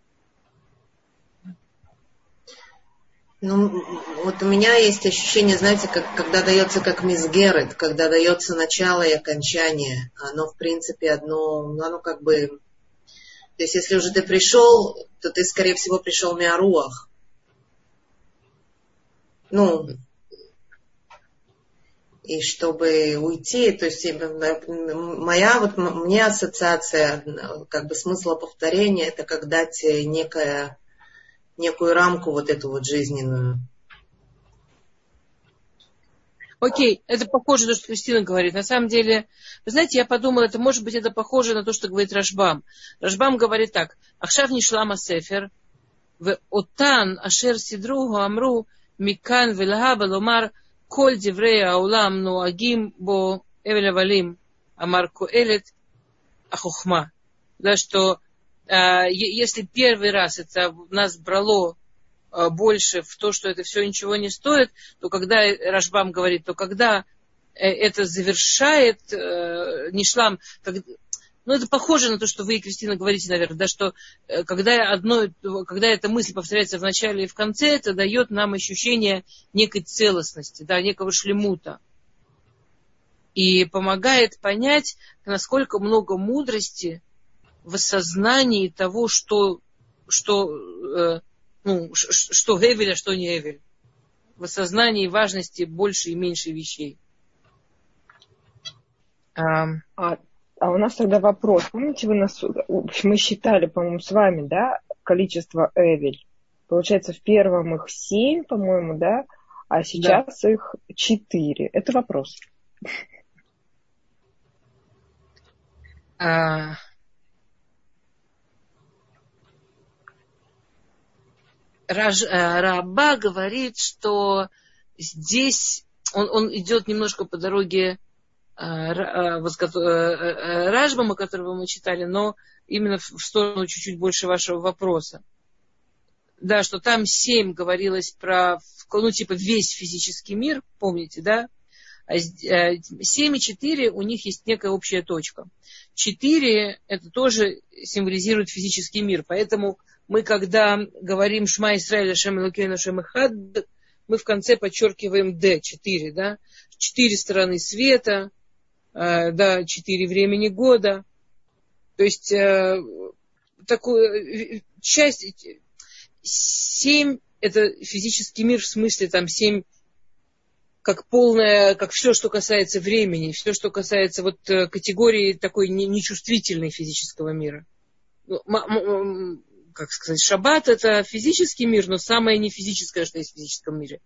C: Ну, вот у меня есть ощущение, знаете, когда дается как мизгерет, когда дается начало и окончание, оно, в принципе, оно как бы... То есть, если уже ты пришел, то ты, скорее всего, пришел миаруах. и чтобы уйти, то есть мне ассоциация, как бы смысла повторения, это как дать некую рамку вот эту вот жизненную.
A: Окей, это похоже на то, что Кристина говорит. На самом деле, вы знаете, я подумала, может быть, это похоже на то, что говорит Рашбам. Рашбам говорит так. Ахшав нишлама сефер, в отан ашер сидруху амру, микан вилгаба ломар, коль диврея аулам нуагим бо эвелявалим, амар коэлет ахухма. Да, что если первый раз это нас брало больше в то, что это все ничего не стоит, то когда Рашбам говорит, то когда это завершает нишлам, это похоже на то, что вы, Кристина, говорите, наверное, да, что когда эта мысль повторяется в начале и в конце, это дает нам ощущение некой целостности, да, некого шлемута. И помогает понять, насколько много мудрости в осознании того, что Эвель, а что не Эвель. В осознании важности больше и меньше вещей.
D: А у нас тогда вопрос. Помните, мы считали, по-моему, с вами, да, количество Эвель. Получается, в первом их 7, по-моему, да, а сейчас их 4. Это вопрос.
A: Раба говорит, что здесь он идет немножко по дороге Рашбама, которого мы читали, но именно в сторону чуть-чуть больше вашего вопроса. Да, что там 7 говорилось про, весь физический мир, помните, да? А 7 и 4 у них есть некая общая точка. 4 это тоже символизирует физический мир, поэтому мы, когда говорим Шма Исраэль, Ашем Элокейну, Ашем Эхад, мы в конце подчеркиваем Д, 4, да? 4 стороны света, да, 4 времени года. То есть, такую часть, 7 это физический мир, в смысле там 7 как полное, как все, что касается времени, все, что касается категории такой нечувствительной физического мира. Как сказать, шаббат это физический мир, но самое нефизическое, что есть в физическом мире.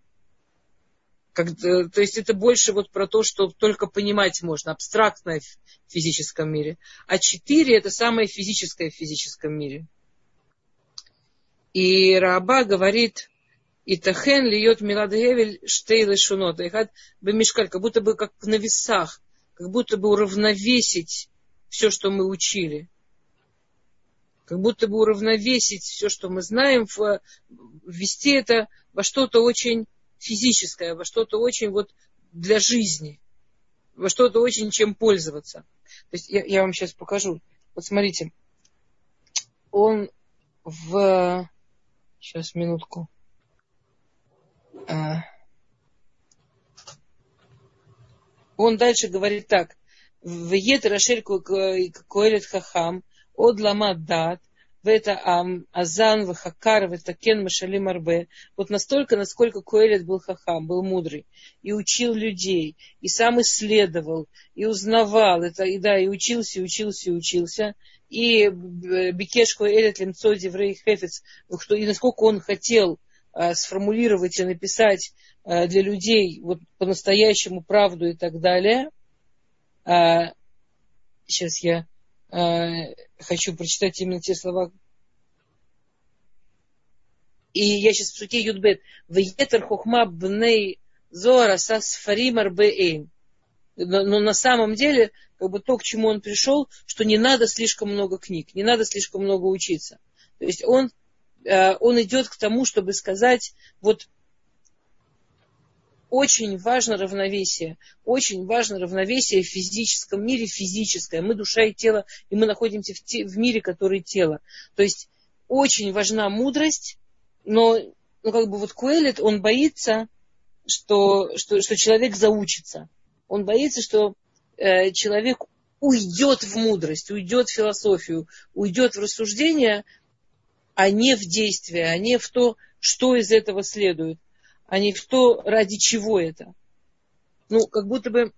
A: То есть это больше про то, что только понимать можно, абстрактное в физическом мире. А 4 это самое физическое в физическом мире. И Раба говорит, Итахен льет милад гевель штейлы шунот. Ихад бемишкаль, как будто бы как на весах, как будто бы уравновесить все, что мы учили. Как будто бы уравновесить все, что мы знаем, ввести это во что-то очень физическое, во что-то очень для жизни, во что-то очень чем пользоваться. То есть я вам сейчас покажу. Вот смотрите, он сейчас, минутку. Он дальше говорит так. Веет Рашель Коэлет Хахам, Од Ламад Дат, Вета Азан, Вахакар, Ветакен, Машалим Арбе. Вот настолько, насколько Коэлет был хахам, был мудрый, и учил людей, и сам исследовал, и узнавал, и учился. И Бикеш Коэлет Лемцо Диврей Хефец, и насколько он хотел сформулировать и написать для людей по-настоящему правду и так далее. Сейчас я хочу прочитать именно те слова. И я сейчас в суке Юдбет. Веетер хохма бней зоара са сфарим арбеэйн. Но на самом деле, то, к чему он пришел, что не надо слишком много книг, не надо слишком много учиться. То есть он идет к тому, чтобы сказать, очень важно равновесие. Очень важно равновесие в физическом мире, физическое. Мы душа и тело, и мы находимся в мире, который тело. То есть очень важна мудрость, но Коэлет, он боится, что человек заучится. Он боится, что человек уйдет в мудрость, уйдет в философию, уйдет в рассуждение, а не в действие, а не в то, что из этого следует. а не в то, ради чего это. Ну, как будто бы,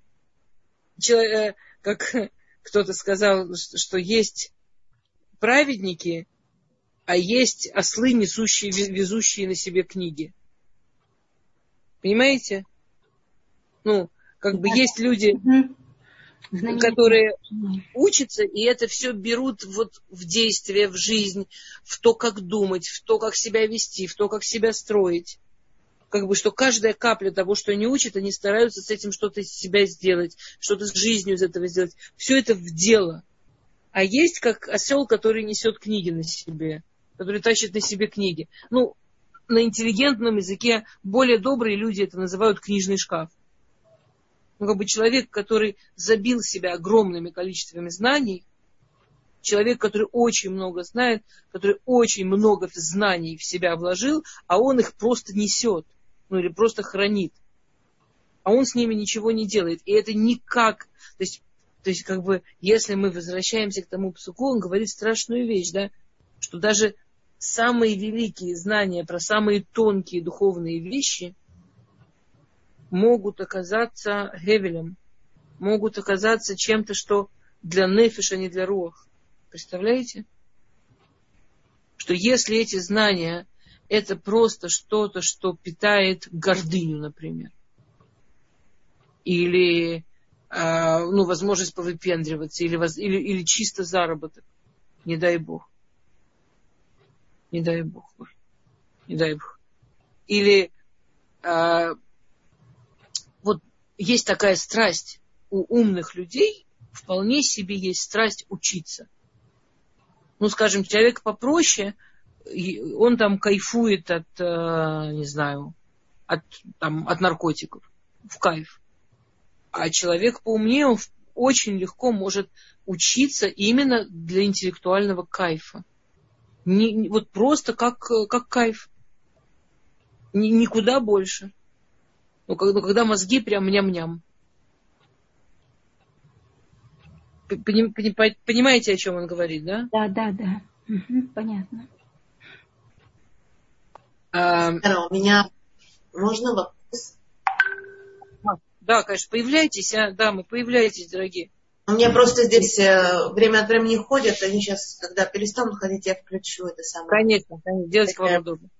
A: как кто-то сказал, что есть праведники, а есть ослы, несущие, везущие на себе книги. Понимаете? Ну, как бы есть люди, которые учатся, и это все берут вот в действие, в жизнь, в то, как думать, в то, как себя вести, в то, как себя строить. Как бы, что каждая капля того, что они учат, они стараются с этим что-то из себя сделать, что-то с жизнью из этого сделать. Все это в дело. А есть как осел, который несет книги на себе, который тащит на себе книги. Ну, на интеллигентном языке более добрые люди это называют книжный шкаф. Ну, как бы человек, который забил себя огромными количествами знаний, человек, который очень много знает, который очень много знаний в себя вложил, а он их просто несет, ну или просто хранит. А он с ними ничего не делает. И это никак, то есть как бы, если мы возвращаемся к тому псуку, он говорит страшную вещь, да, что даже самые великие знания про самые тонкие духовные вещи могут оказаться гевелем, могут оказаться чем-то, что для нефиш, а не для руах. Представляете? Что если эти знания это просто что-то, что питает гордыню, например, или возможность повыпендриваться, или чисто заработок, не дай Бог. Не дай Бог. Не дай Бог. Или вот есть такая страсть у умных людей, вполне себе есть страсть учиться. Ну, скажем, человек попроще, он там кайфует от, не знаю, от наркотиков, в кайф. А человек поумнее, он очень легко может учиться именно для интеллектуального кайфа. Вот просто как кайф. Никуда больше. Но когда мозги прям ням-ням. Понимаете, о чем он говорит, да?
B: Да. Понятно.
C: У меня можно вопрос?
A: Да, конечно, появляйтесь, дамы, появляйтесь, дорогие.
C: У меня просто здесь время от времени ходят, они сейчас, когда перестанут ходить, я включу это самое.
A: Конечно, делайте как вам удобно.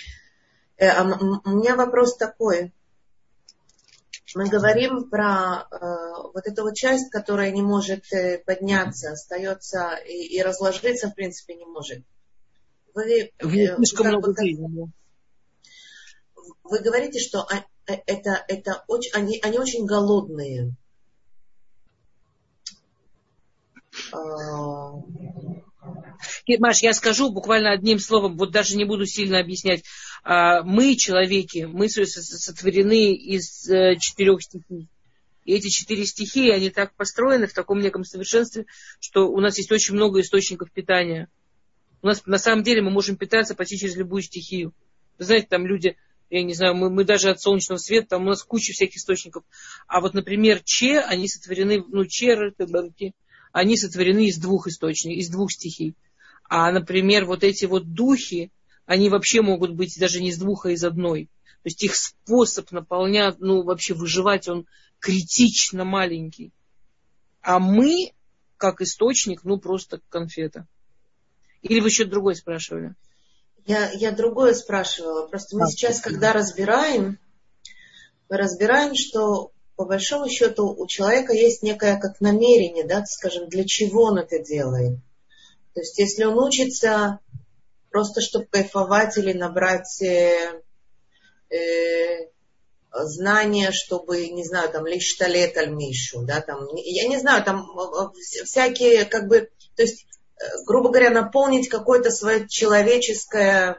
C: У меня вопрос такой. Мы говорим про вот эту вот часть, которая не может подняться, остается и разложиться, в принципе, не может.
A: Слишком много жизни.
C: Вы говорите, что это очень, они очень голодные.
A: Маш, я скажу буквально одним словом, вот даже не буду сильно объяснять. Мы, человеки, мы сотворены из 4 стихий. И эти 4 стихии, они так построены в таком неком совершенстве, что у нас есть очень много источников питания. У нас на самом деле мы можем питаться почти через любую стихию. Вы знаете, там люди, я не знаю, мы даже от солнечного света, там у нас куча всяких источников. А вот, например, они сотворены, они сотворены из 2 источников, из 2 стихий. А, например, вот эти вот духи, они вообще могут быть даже не из 2, а из 1. То есть их способ наполнять, вообще выживать, он критично маленький. А мы, как источник, просто конфета. Или вы что-то другое спрашивали?
C: Я другое спрашивала. Просто мы сейчас, когда разбираем, что по большому счету у человека есть некое как намерение, да, скажем, для чего он это делает. То есть если он учится просто чтобы кайфовать или набрать знания, чтобы, не знаю, там, лишталет аль-мишу, да, там, я не знаю, там всякие, как бы, то есть, грубо говоря, наполнить какое-то свое человеческое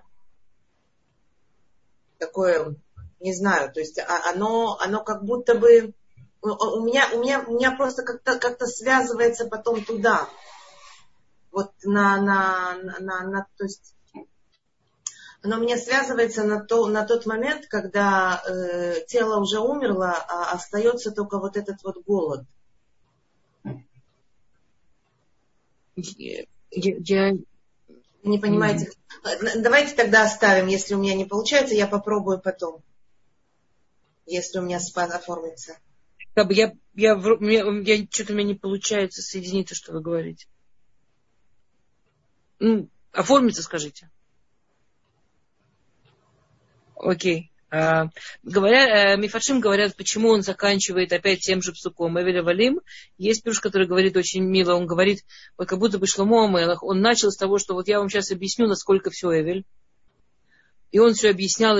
C: такое, не знаю, то есть оно как будто бы у меня просто как-то связывается потом туда. Вот то есть оно у меня связывается на тот момент, когда тело уже умерло, а остается только вот этот вот голод.
A: Я
C: Не понимаете? Давайте тогда оставим, если у меня не получается, я попробую потом. если у меня спад оформится.
A: Как бы что-то у меня не получается соединить то, что вы говорите. Ну, оформится, скажите. Окей. Мифаршим говорят, почему он заканчивает опять тем же псуком. Эвеля Валим. Есть пируш, который говорит очень мило. Он говорит, вот как будто бы Шломо Амелах. Он начал с того, что вот я вам сейчас объясню, насколько все Эвель. И он все объяснял.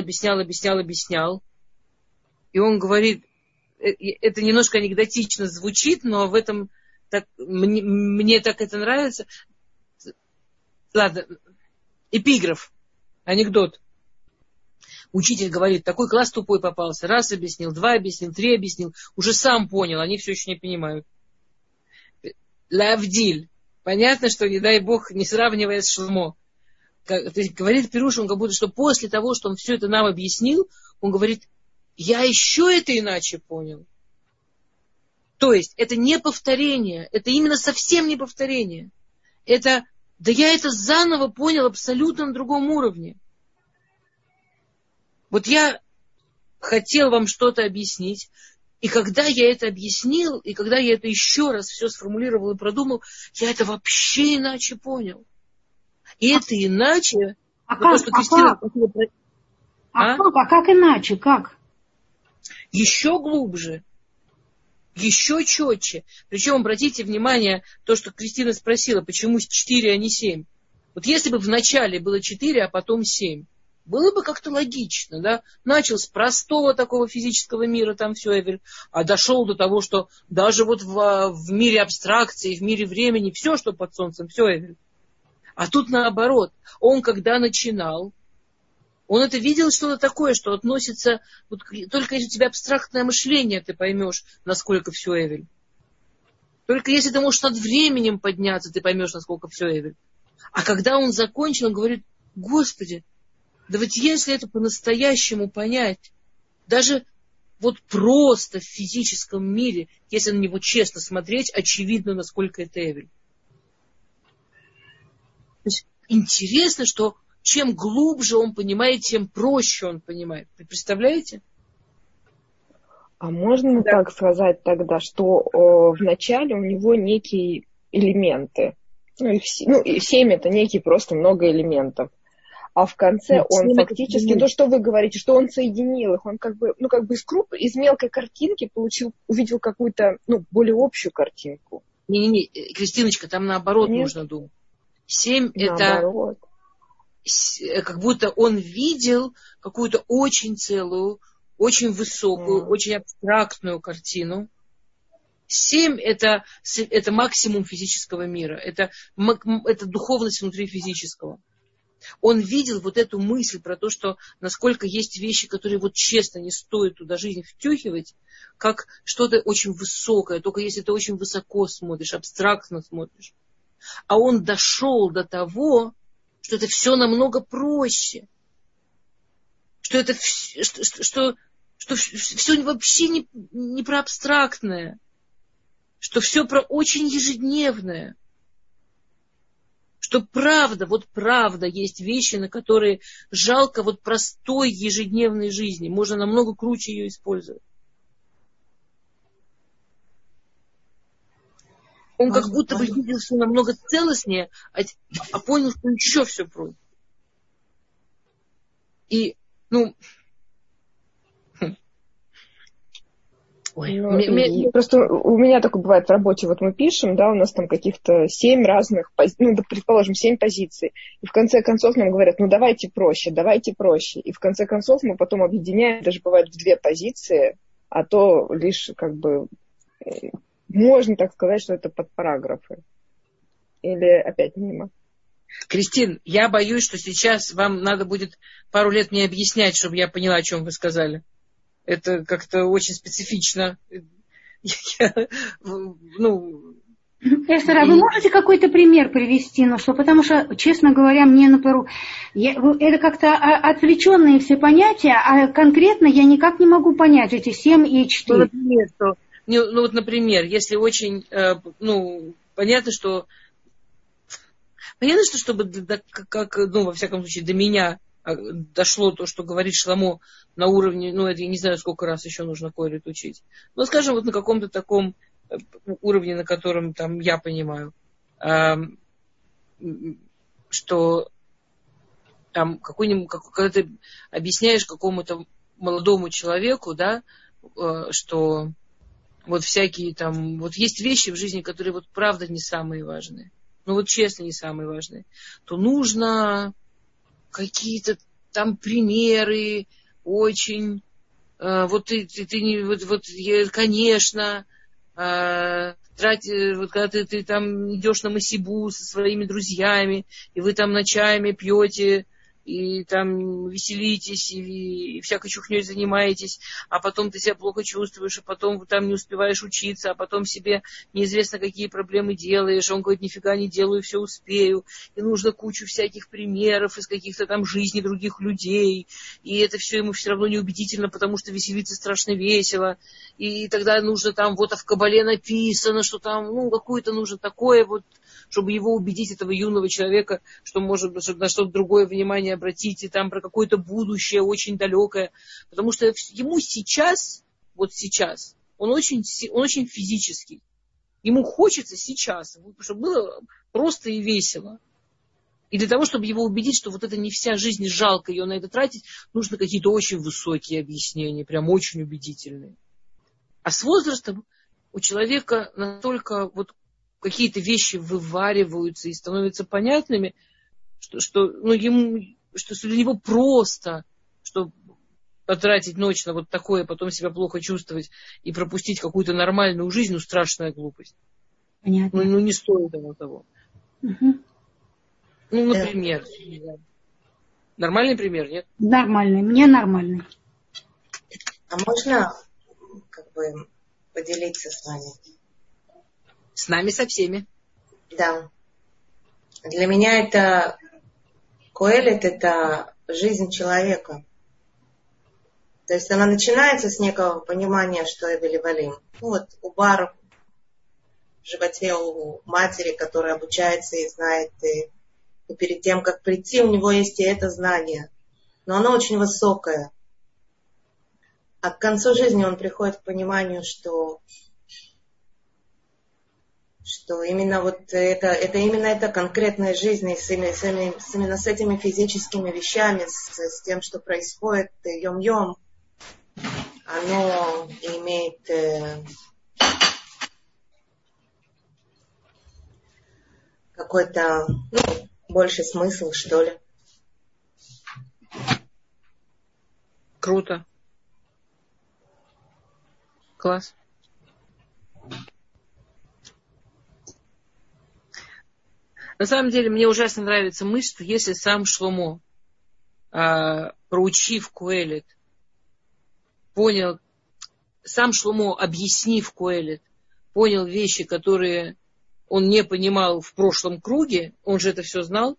A: И он говорит, это немножко анекдотично звучит, но в этом так, мне так это нравится. Ладно, эпиграф, анекдот. Учитель говорит, такой класс тупой попался. Раз объяснил, два объяснил, три объяснил. Уже сам понял, они все еще не понимают. Лавдиль. Понятно, что, не дай бог, не сравнивая с Шломо. То есть говорит Пируш, он как будто, что после того, что он все это нам объяснил, он говорит, я еще это иначе понял. То есть это не повторение, это именно совсем не повторение. Это, да я это заново понял абсолютно на другом уровне. Вот я хотел вам что-то объяснить, и когда я это объяснил, и когда я это еще раз все сформулировал и продумал, я это вообще иначе понял. И это иначе...
B: Как иначе? Как?
A: Еще глубже, еще четче. Причем, обратите внимание, то, что Кристина спросила, почему 4, а не 7. Вот если бы вначале было 4, а потом 7, было бы как-то логично, да? Начал с простого такого физического мира, там все, Эвель, а дошел до того, что даже вот в мире абстракции, в мире времени, все, что под солнцем, все, Эвель. А тут наоборот, он когда начинал, он это видел что-то такое, что относится, вот, только если у тебя абстрактное мышление, ты поймешь, насколько все Эвель. Только если ты можешь над временем подняться, ты поймешь, насколько все Эвель. А когда он закончил, он говорит, Господи, да ведь если это по-настоящему понять, даже вот просто в физическом мире, если на него честно смотреть, очевидно, насколько это Эвель. То есть интересно, что чем глубже он понимает, тем проще он понимает. Вы представляете?
D: А можно так сказать тогда, что вначале у него некие элементы. И 7 это некие просто много элементов. А в конце он фактически, то, что вы говорите, что он соединил их, он как бы из мелкой картинки увидел какую-то, более общую картинку.
A: Не, Кристиночка, там наоборот нужно думать. 7 наоборот. Это как будто он видел какую-то очень целую, очень высокую, очень абстрактную картину. 7 это максимум физического мира, это духовность внутри физического. Он видел вот эту мысль про то, что насколько есть вещи, которые вот честно не стоит туда жизнь втюхивать, как что-то очень высокое, только если ты очень высоко смотришь, абстрактно смотришь. А он дошел до того, что это все намного проще. Что это что все вообще не про абстрактное. Что все про очень ежедневное. Что правда есть вещи, на которые жалко вот простой ежедневной жизни. Можно намного круче ее использовать. Он как будто бы видел все намного целостнее, а понял, что еще все проще. И,
D: просто у меня такое бывает в работе, вот мы пишем, да, у нас там каких-то 7 разных, предположим, 7 позиций, и в конце концов нам говорят, давайте проще, и в конце концов мы потом объединяем, даже бывает в 2 позиции, а то лишь можно так сказать, что это подпараграфы. Или опять мимо.
A: Кристин, я боюсь, что сейчас вам надо будет пару лет мне объяснять, чтобы я поняла, о чем вы сказали. Это как-то очень специфично.
B: Эстер, а вы можете какой-то пример привести? Потому что, честно говоря, мне, например, это как-то отвлеченные все понятия, а конкретно я никак не могу понять эти 7 и 4.
A: Например, если очень, понятно, что чтобы, во всяком случае, до меня дошло то, что говорит Шломо на уровне, ну, это я не знаю, сколько раз еще нужно Коэлет учить. Но, скажем, вот на каком-то таком уровне, на котором там я понимаю, что там когда ты объясняешь какому-то молодому человеку, да, что вот всякие там, вот есть вещи в жизни, которые вот правда не самые важные, ну вот честно не самые важные, то нужно какие-то там примеры очень, вот ты не, вот конечно, вот когда ты там идешь на Масибу со своими друзьями, и вы там ночами пьете, и там веселитесь, и всякой чухней занимаетесь, а потом ты себя плохо чувствуешь, а потом там не успеваешь учиться, а потом себе неизвестно какие проблемы делаешь, он говорит, нифига не делаю, все успею, и нужно кучу всяких примеров из каких-то там жизней других людей, и это все ему все равно неубедительно, потому что веселиться страшно весело, и тогда нужно там, вот в Кабале написано, что там, ну, какое-то нужно такое вот, чтобы его убедить, этого юного человека, что может быть, на что-то другое внимание обратить, и там про какое-то будущее очень далекое. Потому что ему сейчас, вот сейчас, он очень физический. Ему хочется сейчас, чтобы было просто и весело. И для того, чтобы его убедить, что вот это не вся жизнь жалко ее на это тратить, нужно какие-то очень высокие объяснения, прям очень убедительные. А с возрастом у человека настолько вот какие-то вещи вывариваются и становятся понятными, что для него просто, что потратить ночь на вот такое, потом себя плохо чувствовать и пропустить какую-то нормальную жизнь, ну, страшная глупость.
B: Понятно.
A: Ну, не стоит оно того.
B: Угу.
A: Ну, например. Нормальный пример, нет?
B: Нормальный, мне нормальный.
C: А можно как бы поделиться с вами?
A: С нами, со всеми.
C: Да. Для меня это Коэлет, это жизнь человека. То есть она начинается с некого понимания, что Эвели Валим. Ну вот Убар в животе у матери, которая обучается и знает, и перед тем, как прийти, у него есть и это знание. Но оно очень высокое. А к концу жизни он приходит к пониманию, что именно вот это именно эта конкретная жизнь, и именно с этими физическими вещами, с тем, что происходит йом-йом, оно имеет какой-то больше смысл, что ли.
A: Круто. Класс. На самом деле, мне ужасно нравится мысль, что если сам Шломо, проучив Коэлет, понял, сам Шломо, объяснив Коэлет, понял вещи, которые он не понимал в прошлом круге, он же это все знал,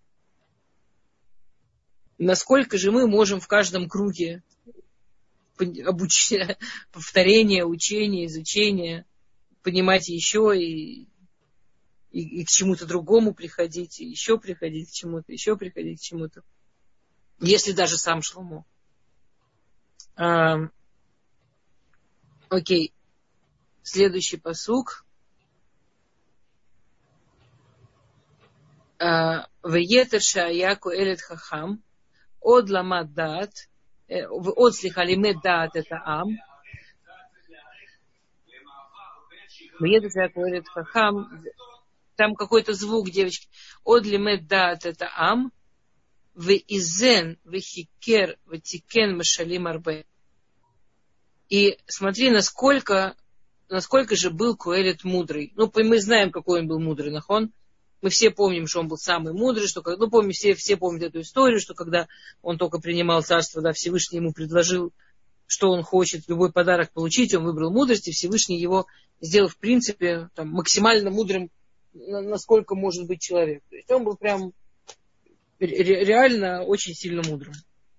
A: насколько же мы можем в каждом круге повторения, учения, изучения понимать еще и к чему-то другому приходить, и еще приходить к чему-то, еще приходить к чему-то. Если даже сам Шломо. Окей. Следующий пасук. Веетер шая коэлет хахам, од ламад дат, од слиха лимед дат это ам. Веетер шая коэлет хахам. Там какой-то звук, девочки. Од лимед дат это ам. Веизен вехикер ватикен машалим арбе. И смотри, насколько же был Коэлет мудрый. Ну, мы знаем, какой он был мудрый, нахон. Мы все помним, что он был самый мудрый, что, ну, помним, все помнят эту историю, что когда он только принимал царство, да, Всевышний ему предложил, что он хочет, любой подарок получить, он выбрал мудрость, и Всевышний его сделал, в принципе, там, максимально мудрым, насколько может быть человек. То есть он был прям реально очень сильно мудрым.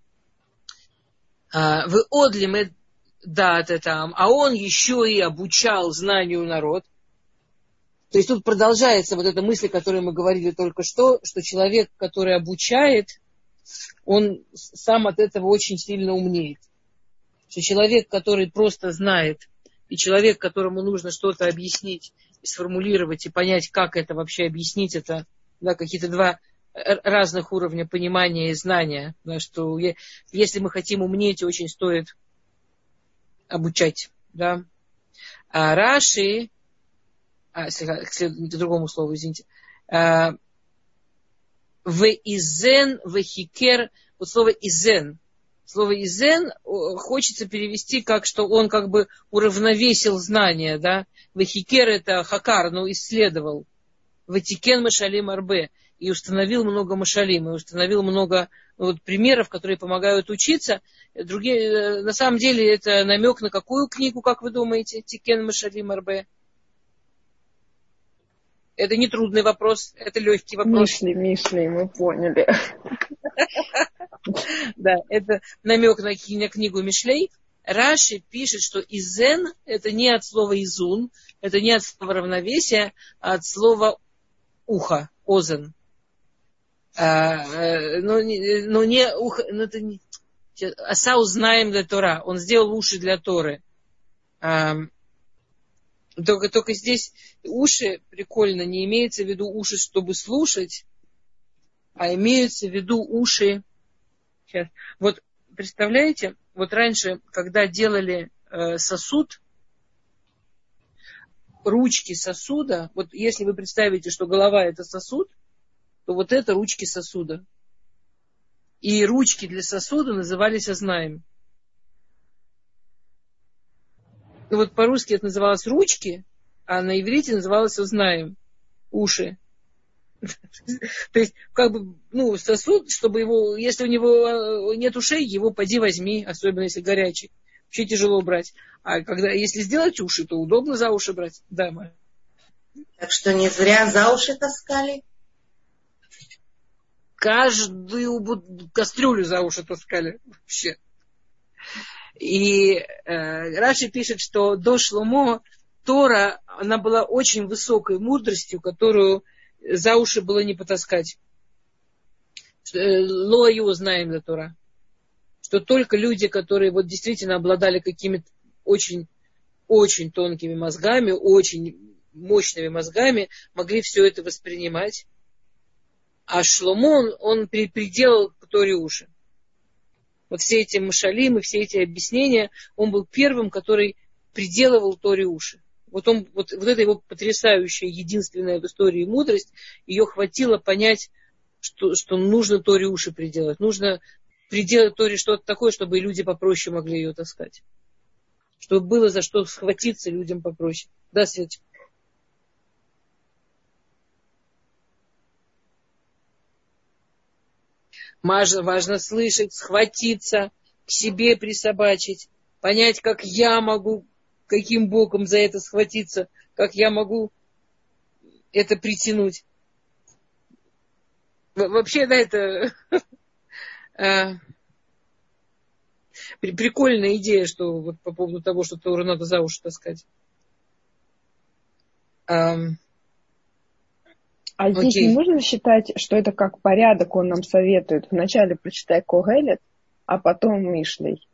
A: Вы одлим дат это, а он еще и обучал знанию народ. То есть тут продолжается вот эта мысль, о которой мы говорили только что человек, который обучает, он сам от этого очень сильно умнеет. Что человек, который просто знает, и человек, которому нужно что-то объяснить, и сформулировать, и понять, как это вообще объяснить, это да, какие-то два разных уровня понимания и знания. Да, что если мы хотим умнеть, очень стоит обучать. Да. А Раши, к другому слову, извините, веизен, вехикер, вот слово изен. Слово изен хочется перевести как, что он как бы уравновесил знания, да. Вехикер это хакар, но исследовал. Ватикен машалим арбе. И установил много машалим, и установил много вот, примеров, которые помогают учиться. Другие, на самом деле это намек на какую книгу, как вы думаете? Тикен машалим арбе. Это не трудный вопрос, это легкий вопрос.
D: Мишли, мы поняли.
A: Да, это намек на книгу Мишлей. Раши пишет, что изен это не от слова изун, это не от слова равновесия, а от слова ухо, озен. Но не ухо, но это не... Аса узнаем для Тора. Он сделал уши для Торы. Только здесь уши, прикольно, не имеется в виду уши, чтобы слушать, а имеются в виду уши. Сейчас. Вот представляете, вот раньше, когда делали сосуд, ручки сосуда, вот если вы представите, что голова это сосуд, то вот это ручки сосуда. И ручки для сосуда назывались ознаем. Ну вот по-русски это называлось ручки, а на иврите называлось ознаем. Уши. То есть, как бы, ну, сосуд, чтобы его, если у него нет ушей, его поди возьми, особенно если горячий. Вообще тяжело брать. А когда, если сделать уши, то удобно за уши брать. Да, Марья.
C: Так что не зря за уши таскали.
A: Каждую кастрюлю за уши таскали. Вообще. И Раши пишет, что до Шломо Тора, она была очень высокой мудростью, которую за уши было не потаскать. Ло его знаем до Тора. Что только люди, которые вот действительно обладали какими-то очень, очень тонкими мозгами, очень мощными мозгами, могли все это воспринимать. А Шломо, он приделал к Торе уши. Вот все эти машалим и все эти объяснения, он был первым, который приделывал Торе уши. Вот это его потрясающая, единственная в истории мудрость, ее хватило понять, что нужно Торе уши приделать. Нужно приделать Торе что-то такое, чтобы и люди попроще могли ее таскать. Чтобы было за что схватиться людям попроще. Да, Свет? Важно слышать, схватиться, к себе присобачить, понять, как я могу, каким боком за это схватиться, как я могу это притянуть. Вообще, да, это прикольная идея, что вот по поводу того, что Тору надо за уши таскать.
D: А здесь не можно считать, что это как порядок он нам советует? Вначале прочитай Когелет, а потом Мишлей.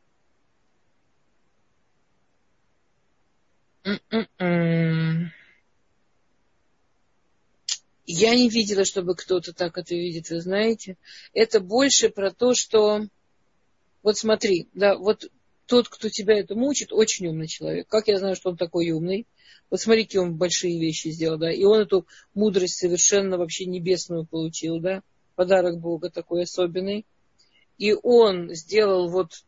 A: Я не видела, чтобы кто-то так это видит, вы знаете. Это больше про то, что... Вот смотри, да, вот тот, кто тебя этому учит, очень умный человек. Как я знаю, что он такой умный? Вот смотри, какие он большие вещи сделал, да. И он эту мудрость совершенно вообще небесную получил, да. Подарок Бога такой особенный. И он сделал вот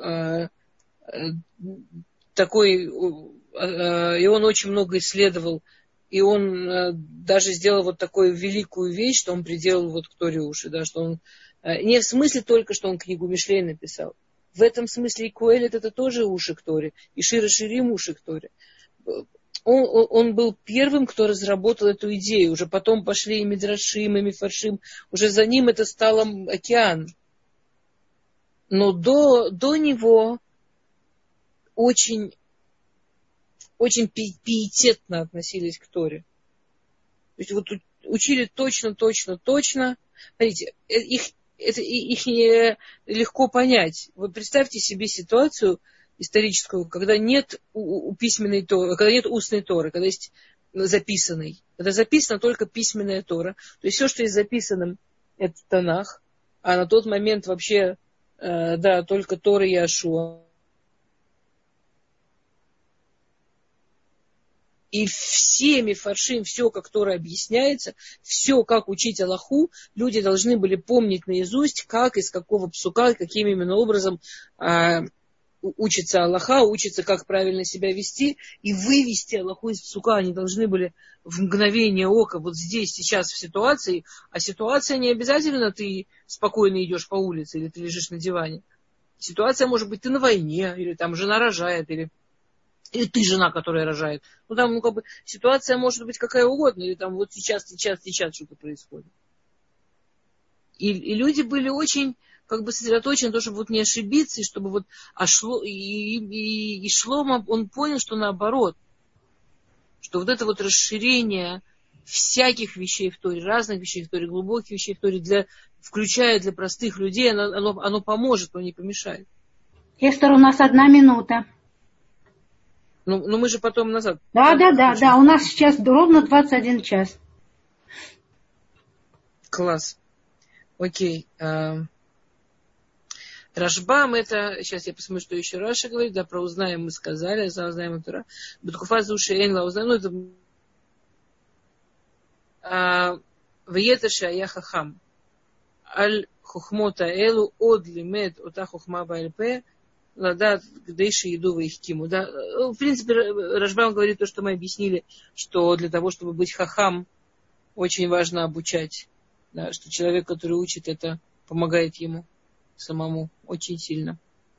A: такой... и он очень много исследовал. И он даже сделал вот такую великую вещь, что он приделал вот к Торе уши, да, что он... Не в смысле только, что он книгу Мишлей написал. В этом смысле и Коэлет это тоже уши к Торе. И Шир Ширим уши к Торе. Он был первым, кто разработал эту идею. Уже потом пошли и Мидрашим, и Мифаршим. Уже за ним это стало океан. Но до него очень, очень пиететно относились к Торе. То есть вот учили точно. Смотрите, их легко понять. Вот представьте себе ситуацию историческую, когда нет письменной Торы, когда нет устной Торы, когда есть записанный. Когда записана только письменная Тора. То есть все, что есть записанным, это Танах. А на тот момент вообще, только Тора и Иошуа. И всеми фаршим, все, как Тора объясняется, все, как учить Аллаху, люди должны были помнить наизусть, как, из какого псука, каким именно образом учится Аллаха, учится, как правильно себя вести, и вывести Аллаху из псука. Они должны были в мгновение ока, вот здесь, сейчас, в ситуации, а ситуация не обязательно ты спокойно идешь по улице, или ты лежишь на диване. Ситуация может быть, ты на войне, или там жена рожает, или ты жена, которая рожает. Ситуация может быть какая угодно, или там вот сейчас что-то происходит. И люди были очень сосредоточены на том, чтобы не ошибиться, и чтобы и Шломо, он понял, что наоборот, что это расширение всяких вещей в Торе, разных вещей в Торе, глубоких вещей в Торе, включая для простых людей, оно поможет, но не помешает.
B: Эстер, у нас 1 минута.
A: Ну, мы же потом назад.
B: Да, у нас сейчас ровно 21 час.
A: Класс. Окей. Рашбам это, сейчас я посмотрю, что еще Раша говорит, про узнаем мы сказали, узнаем это. Беткуфа зуши эйнла узнаем, вьеташа я хахам. Аль хухмота элу од лимед ота хухма бальпе. Да, гдейши еду в их киму. Да. В принципе, Рашбам говорит то, что мы объяснили, что для того, чтобы быть хахам, очень важно обучать. Да, что человек, который учит, это помогает ему самому очень сильно.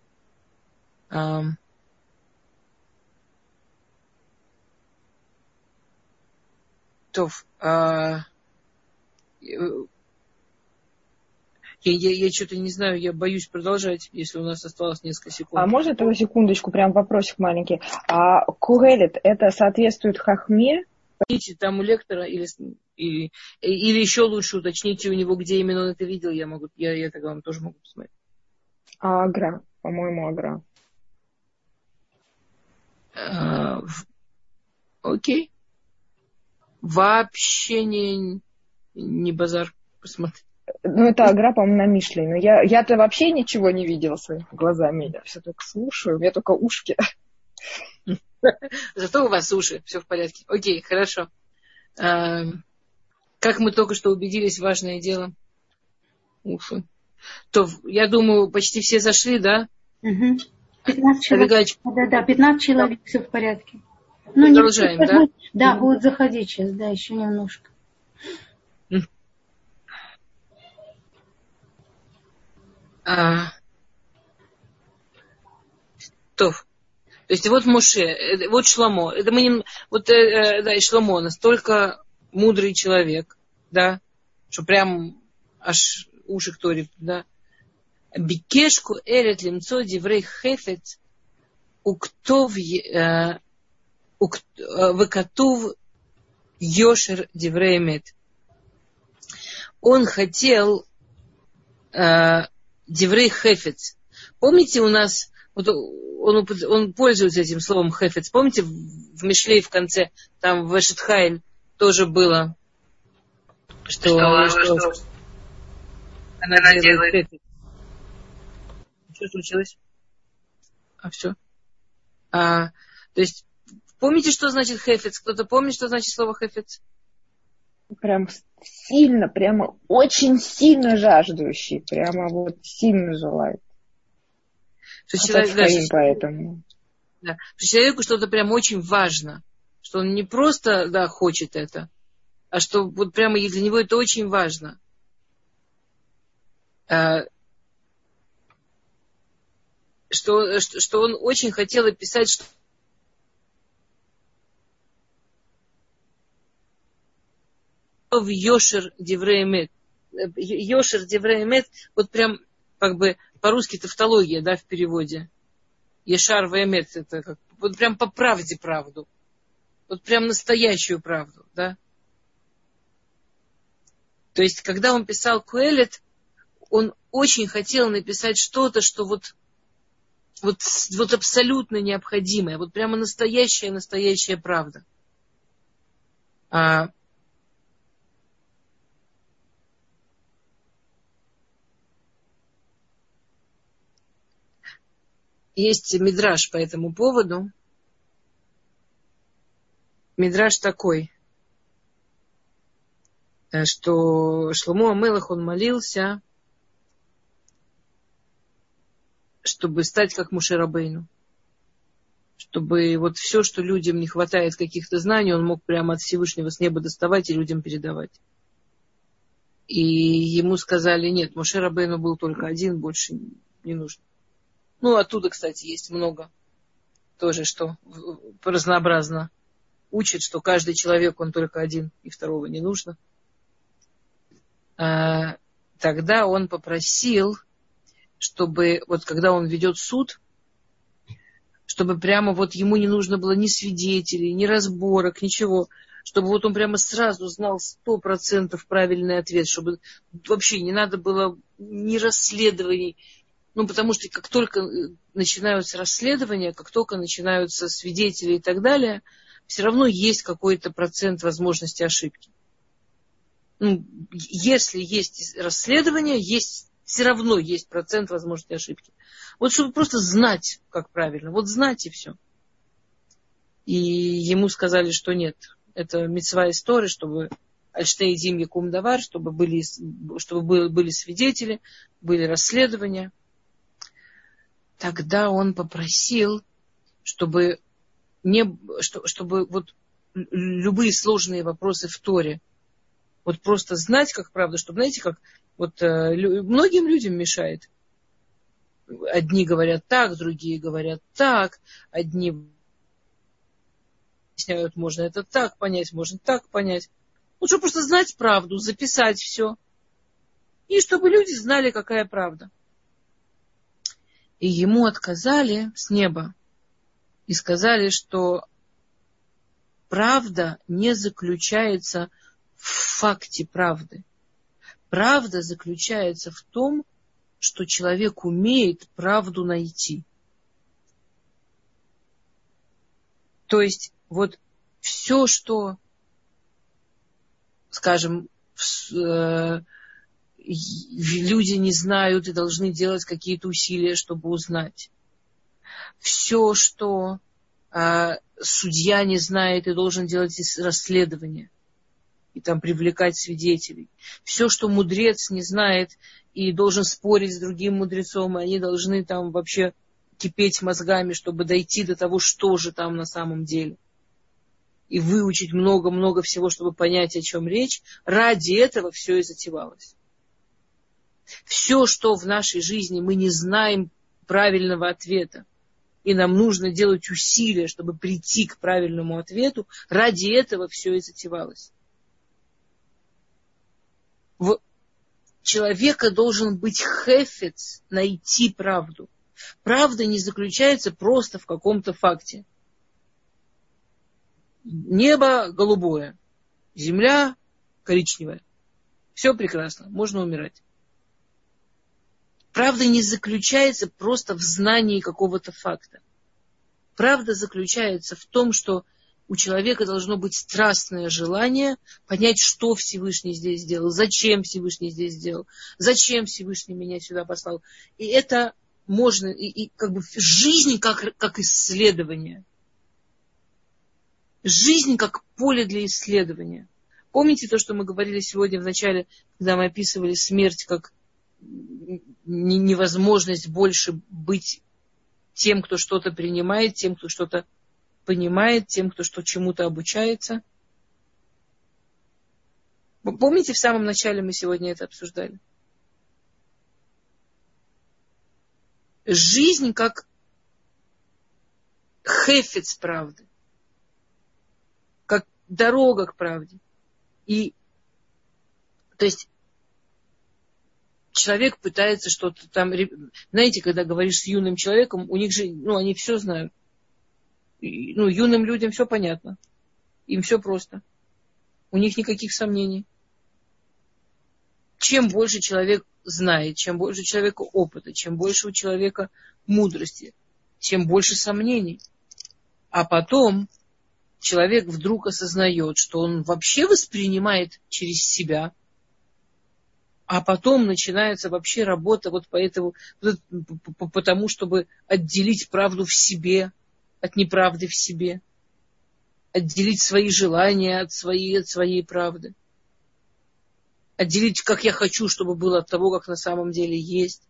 A: Я что-то не знаю, я боюсь продолжать, если у нас осталось несколько секунд.
D: А можно только секундочку, прям вопросик маленький. Кугелет, это соответствует хахме?
A: Там у лектора или еще лучше уточните у него, где именно он это видел, я тогда вам тоже могу посмотреть.
D: Агра, по-моему, Агра.
A: Окей. Вообще не базар, посмотри.
D: Ну, это Агра, по-моему, на Мишле. Но я-то вообще ничего не видела своими глазами. Я все только слушаю, у меня только ушки.
A: Зато у вас уши, все в порядке. Окей, хорошо. Как мы только что убедились, важное дело. Уши. То, я думаю, почти все зашли, да?
B: Угу. 15 человек. Да, 15 человек, все в порядке.
A: Продолжаем, да?
B: Да, будут заходить сейчас, да, еще немножко.
A: То есть вот Моше, вот Шломо, это и Шломо настолько мудрый человек, да, что прям аж уши к Торе, да. Бикешку элет лимцо диврей хефец уктов выкатув йошер диврей мет. Он хотел диврей хефец. Помните, у нас он пользуется этим словом хефец. Помните, в Мишле в конце, там в Эшетхайль тоже было, что она делает хефец. Что случилось? Все. То есть, помните, что значит хефец? Кто-то помнит, что значит слово хефец?
D: Прям сильно, прямо очень сильно жаждущий. Прямо вот сильно желает. Поэтому.
A: Да, что человеку что-то прям очень важно. Что он не просто, хочет это, а что вот прямо для него это очень важно. Что он очень хотел описать, что в Йошер Диврей Эмет. Йошер Диврей Эмет, вот прям по-русски тавтология, в переводе. Ешар Вэмет, это вот прям по правде правду. Вот прям настоящую правду, да. То есть, когда он писал Куэлет, он очень хотел написать что-то, что вот абсолютно необходимое, вот прямо настоящая правда. Есть мидраш по этому поводу. Мидраш такой, что Шломо ха-Мелех, он молился, чтобы стать как Моше Рабейну. Чтобы вот все, что людям не хватает каких-то знаний, он мог прямо от Всевышнего с неба доставать и людям передавать. И ему сказали, нет, Моше Рабейну был только один, больше не нужно. Ну, оттуда, кстати, есть много тоже, что разнообразно учит, что каждый человек, он только один, и второго не нужно. Тогда он попросил, чтобы, вот когда он ведет суд, чтобы прямо вот ему не нужно было ни свидетелей, ни разборок, ничего, чтобы вот он прямо сразу знал 100% правильный ответ, чтобы вообще не надо было ни расследований. Ну, потому что как только начинаются расследования, как только начинаются свидетели и так далее, все равно есть какой-то процент возможности ошибки. Ну, если есть расследование, все равно есть процент возможности ошибки. Вот чтобы просто знать, как правильно. Вот знать и все. И ему сказали, что нет. Это мицва истории, чтобы альштей дим якум давар, чтобы были свидетели, были расследования. Тогда он попросил, чтобы вот любые сложные вопросы в Торе, вот просто знать, как правда, чтобы, знаете, как вот многим людям мешает. Одни говорят так, другие говорят так, одни объясняют, можно это так понять, можно так понять. Ну, чтобы просто знать правду, записать все. И чтобы люди знали, какая правда. И ему отказали с неба и сказали, что правда не заключается в факте правды. Правда заключается в том, что человек умеет правду найти. То есть вот все, что, скажем, люди не знают и должны делать какие-то усилия, чтобы узнать. Все, что судья не знает и должен делать расследование и там привлекать свидетелей. Все, что мудрец не знает и должен спорить с другим мудрецом, и они должны там вообще кипеть мозгами, чтобы дойти до того, что же там на самом деле. И выучить много-много всего, чтобы понять, о чем речь. Ради этого все и затевалось. Все, что в нашей жизни мы не знаем правильного ответа, и нам нужно делать усилия, чтобы прийти к правильному ответу, ради этого все и затевалось. Человека должен быть хефец найти правду. Правда не заключается просто в каком-то факте. Небо голубое, земля коричневая. Все прекрасно, можно умирать. Правда не заключается просто в знании какого-то факта. Правда заключается в том, что у человека должно быть страстное желание понять, что Всевышний здесь сделал, зачем Всевышний здесь сделал, зачем Всевышний меня сюда послал. И это можно, и как бы жизнь как исследование. Жизнь как поле для исследования. Помните то, что мы говорили сегодня в начале, когда мы описывали смерть как невозможность больше быть тем, кто что-то принимает, тем, кто что-то понимает, тем, кто чему-то обучается. Вы помните, в самом начале мы сегодня это обсуждали? Жизнь как хефец правды, как дорога к правде. И, то есть, человек пытается что-то там... Знаете, когда говоришь с юным человеком, у них же, они все знают. Юным людям все понятно. Им все просто. У них никаких сомнений. Чем больше человек знает, чем больше у человека опыта, чем больше у человека мудрости, тем больше сомнений. А потом человек вдруг осознает, что он вообще воспринимает через себя, а потом начинается вообще работа вот по тому, чтобы отделить правду в себе от неправды в себе, отделить свои желания от своей правды, отделить, как я хочу, чтобы было, от того, как на самом деле есть.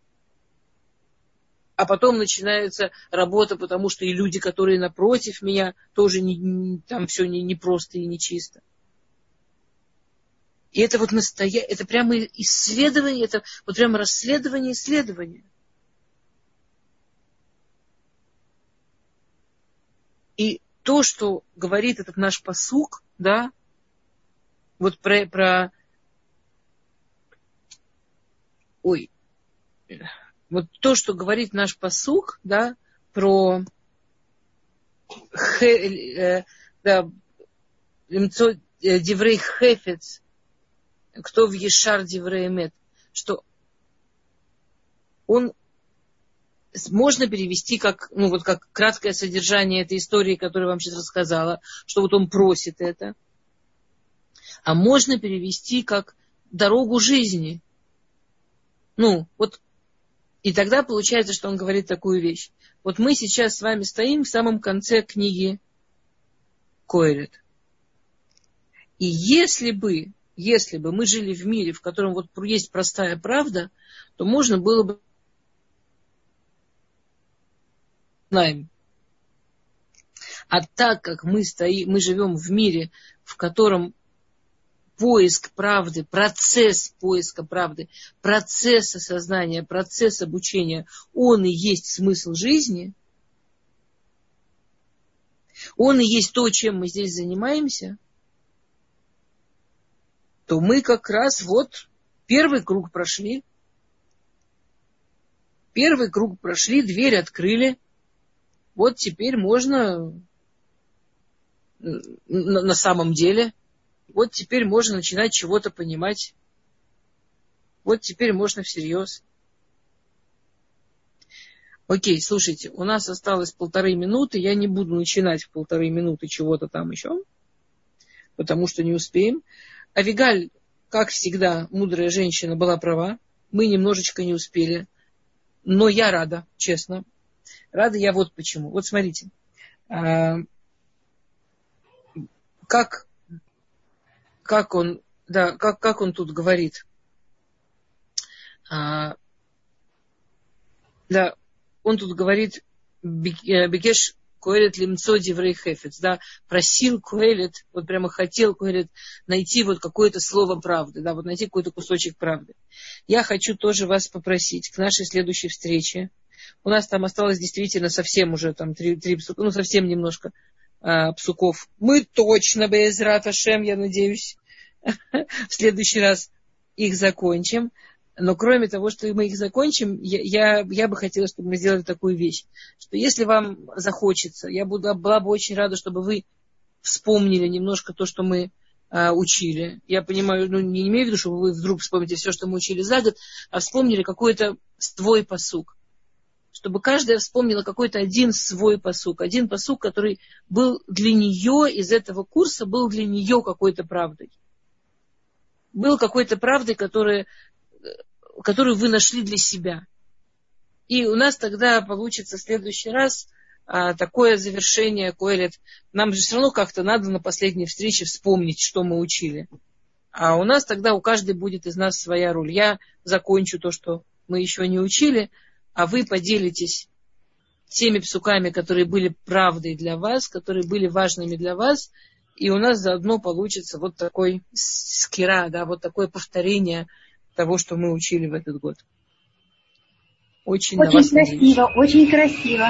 A: А потом начинается работа, потому что и люди, которые напротив меня, тоже там все не просто и не чисто. И это вот это прямо исследование, это вот прямо расследование исследования. И то, что говорит этот наш пасук, да, вот вот то, что говорит наш пасук, да, про Диврей Хефец, кто в Ешар Диврей Эмет, что он можно перевести как краткое содержание этой истории, которую я вам сейчас рассказала, что вот он просит это. А можно перевести как дорогу жизни. И тогда получается, что он говорит такую вещь. Вот мы сейчас с вами стоим в самом конце книги Коэлет. И если бы мы жили в мире, в котором вот есть простая правда, то можно было бы знаем. А так как мы живем в мире, в котором поиск правды, процесс поиска правды, процесс осознания, процесс обучения, он и есть смысл жизни, он и есть то, чем мы здесь занимаемся, то мы как раз вот первый круг прошли, дверь открыли, вот теперь можно на самом деле, вот теперь можно начинать чего-то понимать. Вот теперь можно всерьез. Окей, слушайте, у нас осталось 1,5 минуты. Я не буду начинать в 1,5 минуты чего-то там еще, потому что не успеем. Авигаль, как всегда, мудрая женщина, была права. Мы немножечко не успели. Но я рада, честно. Рада я вот почему. Вот смотрите. Как он тут говорит. Он тут говорит, Бекеш Коэлет лимцо диврей хефец, да, просил Коэлет, вот прямо хотел Коэлет найти вот какое-то слово правды, да, вот найти какой-то кусочек правды. Я хочу тоже вас попросить к нашей следующей встрече. У нас там осталось действительно совсем уже там 3 псука, совсем немножко псуков. Мы точно, Беэзрат Ашем, я надеюсь, в следующий раз их закончим. Но кроме того, что мы их закончим, я бы хотела, чтобы мы сделали такую вещь, что если вам захочется, я была бы очень рада, чтобы вы вспомнили немножко то, что мы учили. Я понимаю, не имею в виду, что вы вдруг вспомните все, что мы учили за год, а вспомнили какой-то свой пасук. Чтобы каждая вспомнила какой-то один свой пасук. Один пасук, который был для нее, из этого курса, был для нее какой-то правдой. Был какой-то правдой, которую вы нашли для себя. И у нас тогда получится в следующий раз такое завершение Коэлет. Нам же все равно как-то надо на последней встрече вспомнить, что мы учили. А у нас тогда у каждой будет из нас своя роль. Я закончу то, что мы еще не учили, а вы поделитесь теми псуками, которые были правдой для вас, которые были важными для вас, и у нас заодно получится вот такой скира, да, вот такое повторение того, что мы учили в этот год. Очень
B: красиво, очень красиво.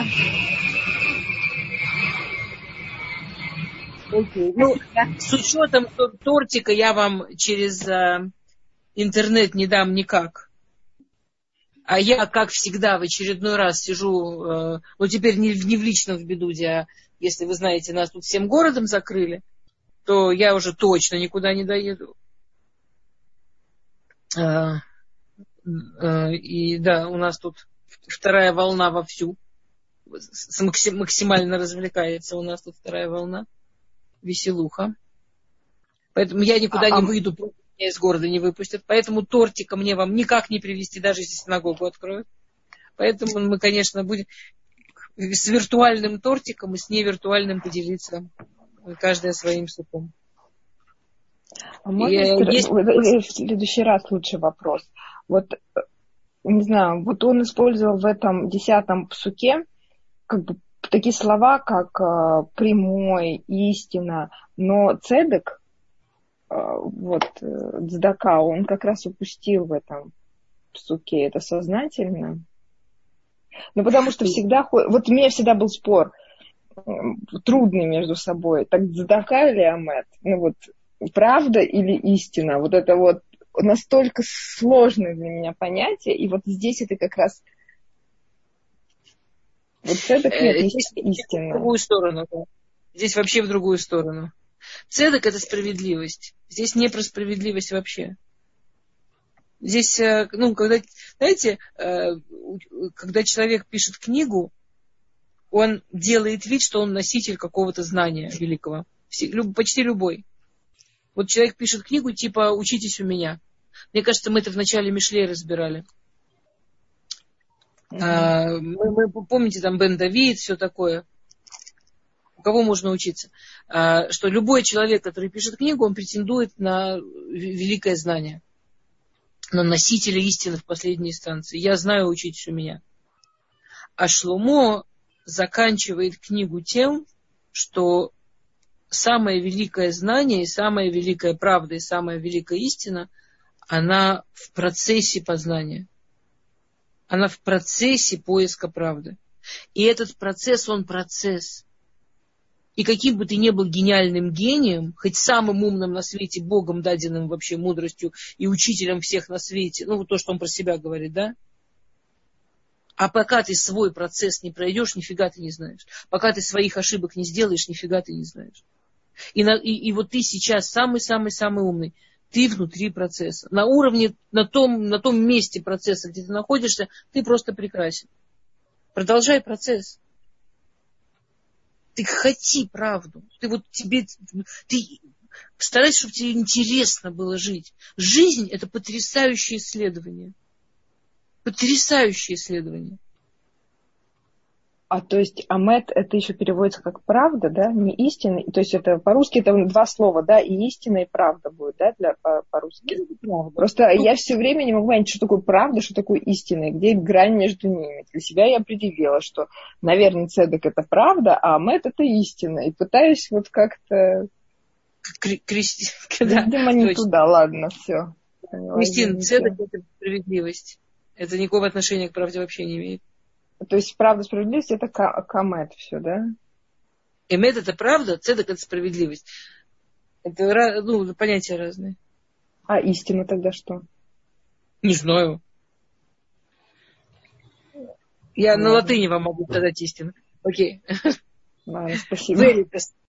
A: Okay. С учетом тортика я вам через интернет не дам никак. А я, как всегда, в очередной раз сижу, теперь не в личном в Бедуде, а если вы знаете, нас тут всем городом закрыли, то я уже точно никуда не доеду. И да, у нас тут вторая волна вовсю. Максимально развлекается у нас тут вторая волна. Веселуха. Поэтому я никуда не выйду, меня из города не выпустят. Поэтому тортика мне вам никак не привезти, даже если синагогу откроют. Поэтому мы, конечно, будем с виртуальным тортиком и с невиртуальным поделиться. Каждая своим супом.
D: А можно в следующий раз лучше вопрос? Вот, не знаю, вот он использовал в этом 10-м псуке как бы такие слова, как прямой, истина, но цедек, вот, цдака, он как раз упустил в этом псуке. Это сознательно? Ну, потому что всегда... Вот у меня всегда был спор трудный между собой. Так цдака или амет? Ну, вот, правда или истина? Вот это вот настолько сложное для меня понятие. И вот здесь это как раз... Вот цедек нет,
A: здесь
D: истина.
A: В другую сторону. Здесь вообще в другую сторону. Цедек — это справедливость. Здесь не про справедливость вообще. Здесь, ну, когда, знаете, когда человек пишет книгу, он делает вид, что он носитель какого-то знания великого. Почти любой. Вот человек пишет книгу, типа «Учитесь у меня». Мне кажется, мы это в начале Мишлей разбирали. Мы помните, там Бен Давид, все такое. У кого можно учиться? Что любой человек, который пишет книгу, он претендует на великое знание. На носителя истины в последней инстанции. Я знаю, учитесь у меня. А Шломо заканчивает книгу тем, что самое великое знание, и самая великая правда, и самая великая истина, она в процессе познания. Она в процессе поиска правды. И этот процесс, он процесс. И каким бы ты ни был гениальным гением, хоть самым умным на свете, Богом даденным вообще мудростью и учителем всех на свете, ну, то, что он про себя говорит, да? А пока ты свой процесс не пройдешь, нифига ты не знаешь. Пока ты своих ошибок не сделаешь, нифига ты не знаешь. И вот ты сейчас самый-самый-самый умный. Ты внутри процесса. На уровне, на том месте процесса, где ты находишься, ты просто прекрасен. Продолжай процесс. Ты хоти правду. Ты старайся, чтобы тебе интересно было жить. Жизнь — это потрясающее исследование. Потрясающее исследование.
D: А то есть амет это еще переводится как правда, да, не истина. То есть это по-русски это два слова, да, и истина, и правда будет, да, по-русски. Просто я все время не могу понять, что такое правда, что такое истина, и где грань между ними. Для себя я определила, что, наверное, цедек это правда, а амет это истина. И пытаюсь вот как-то... Видимо, не туда, ладно, все.
A: Кристина, цедек это справедливость. Это никакого отношения к правде вообще не имеет.
D: То есть правда, справедливость это камет все, да?
A: Эмет это правда, цедек это справедливость. Это понятия разные.
D: А истина тогда что?
A: Не знаю. Я на латыни вам могу сказать истину. Окей.
D: Ладно, спасибо.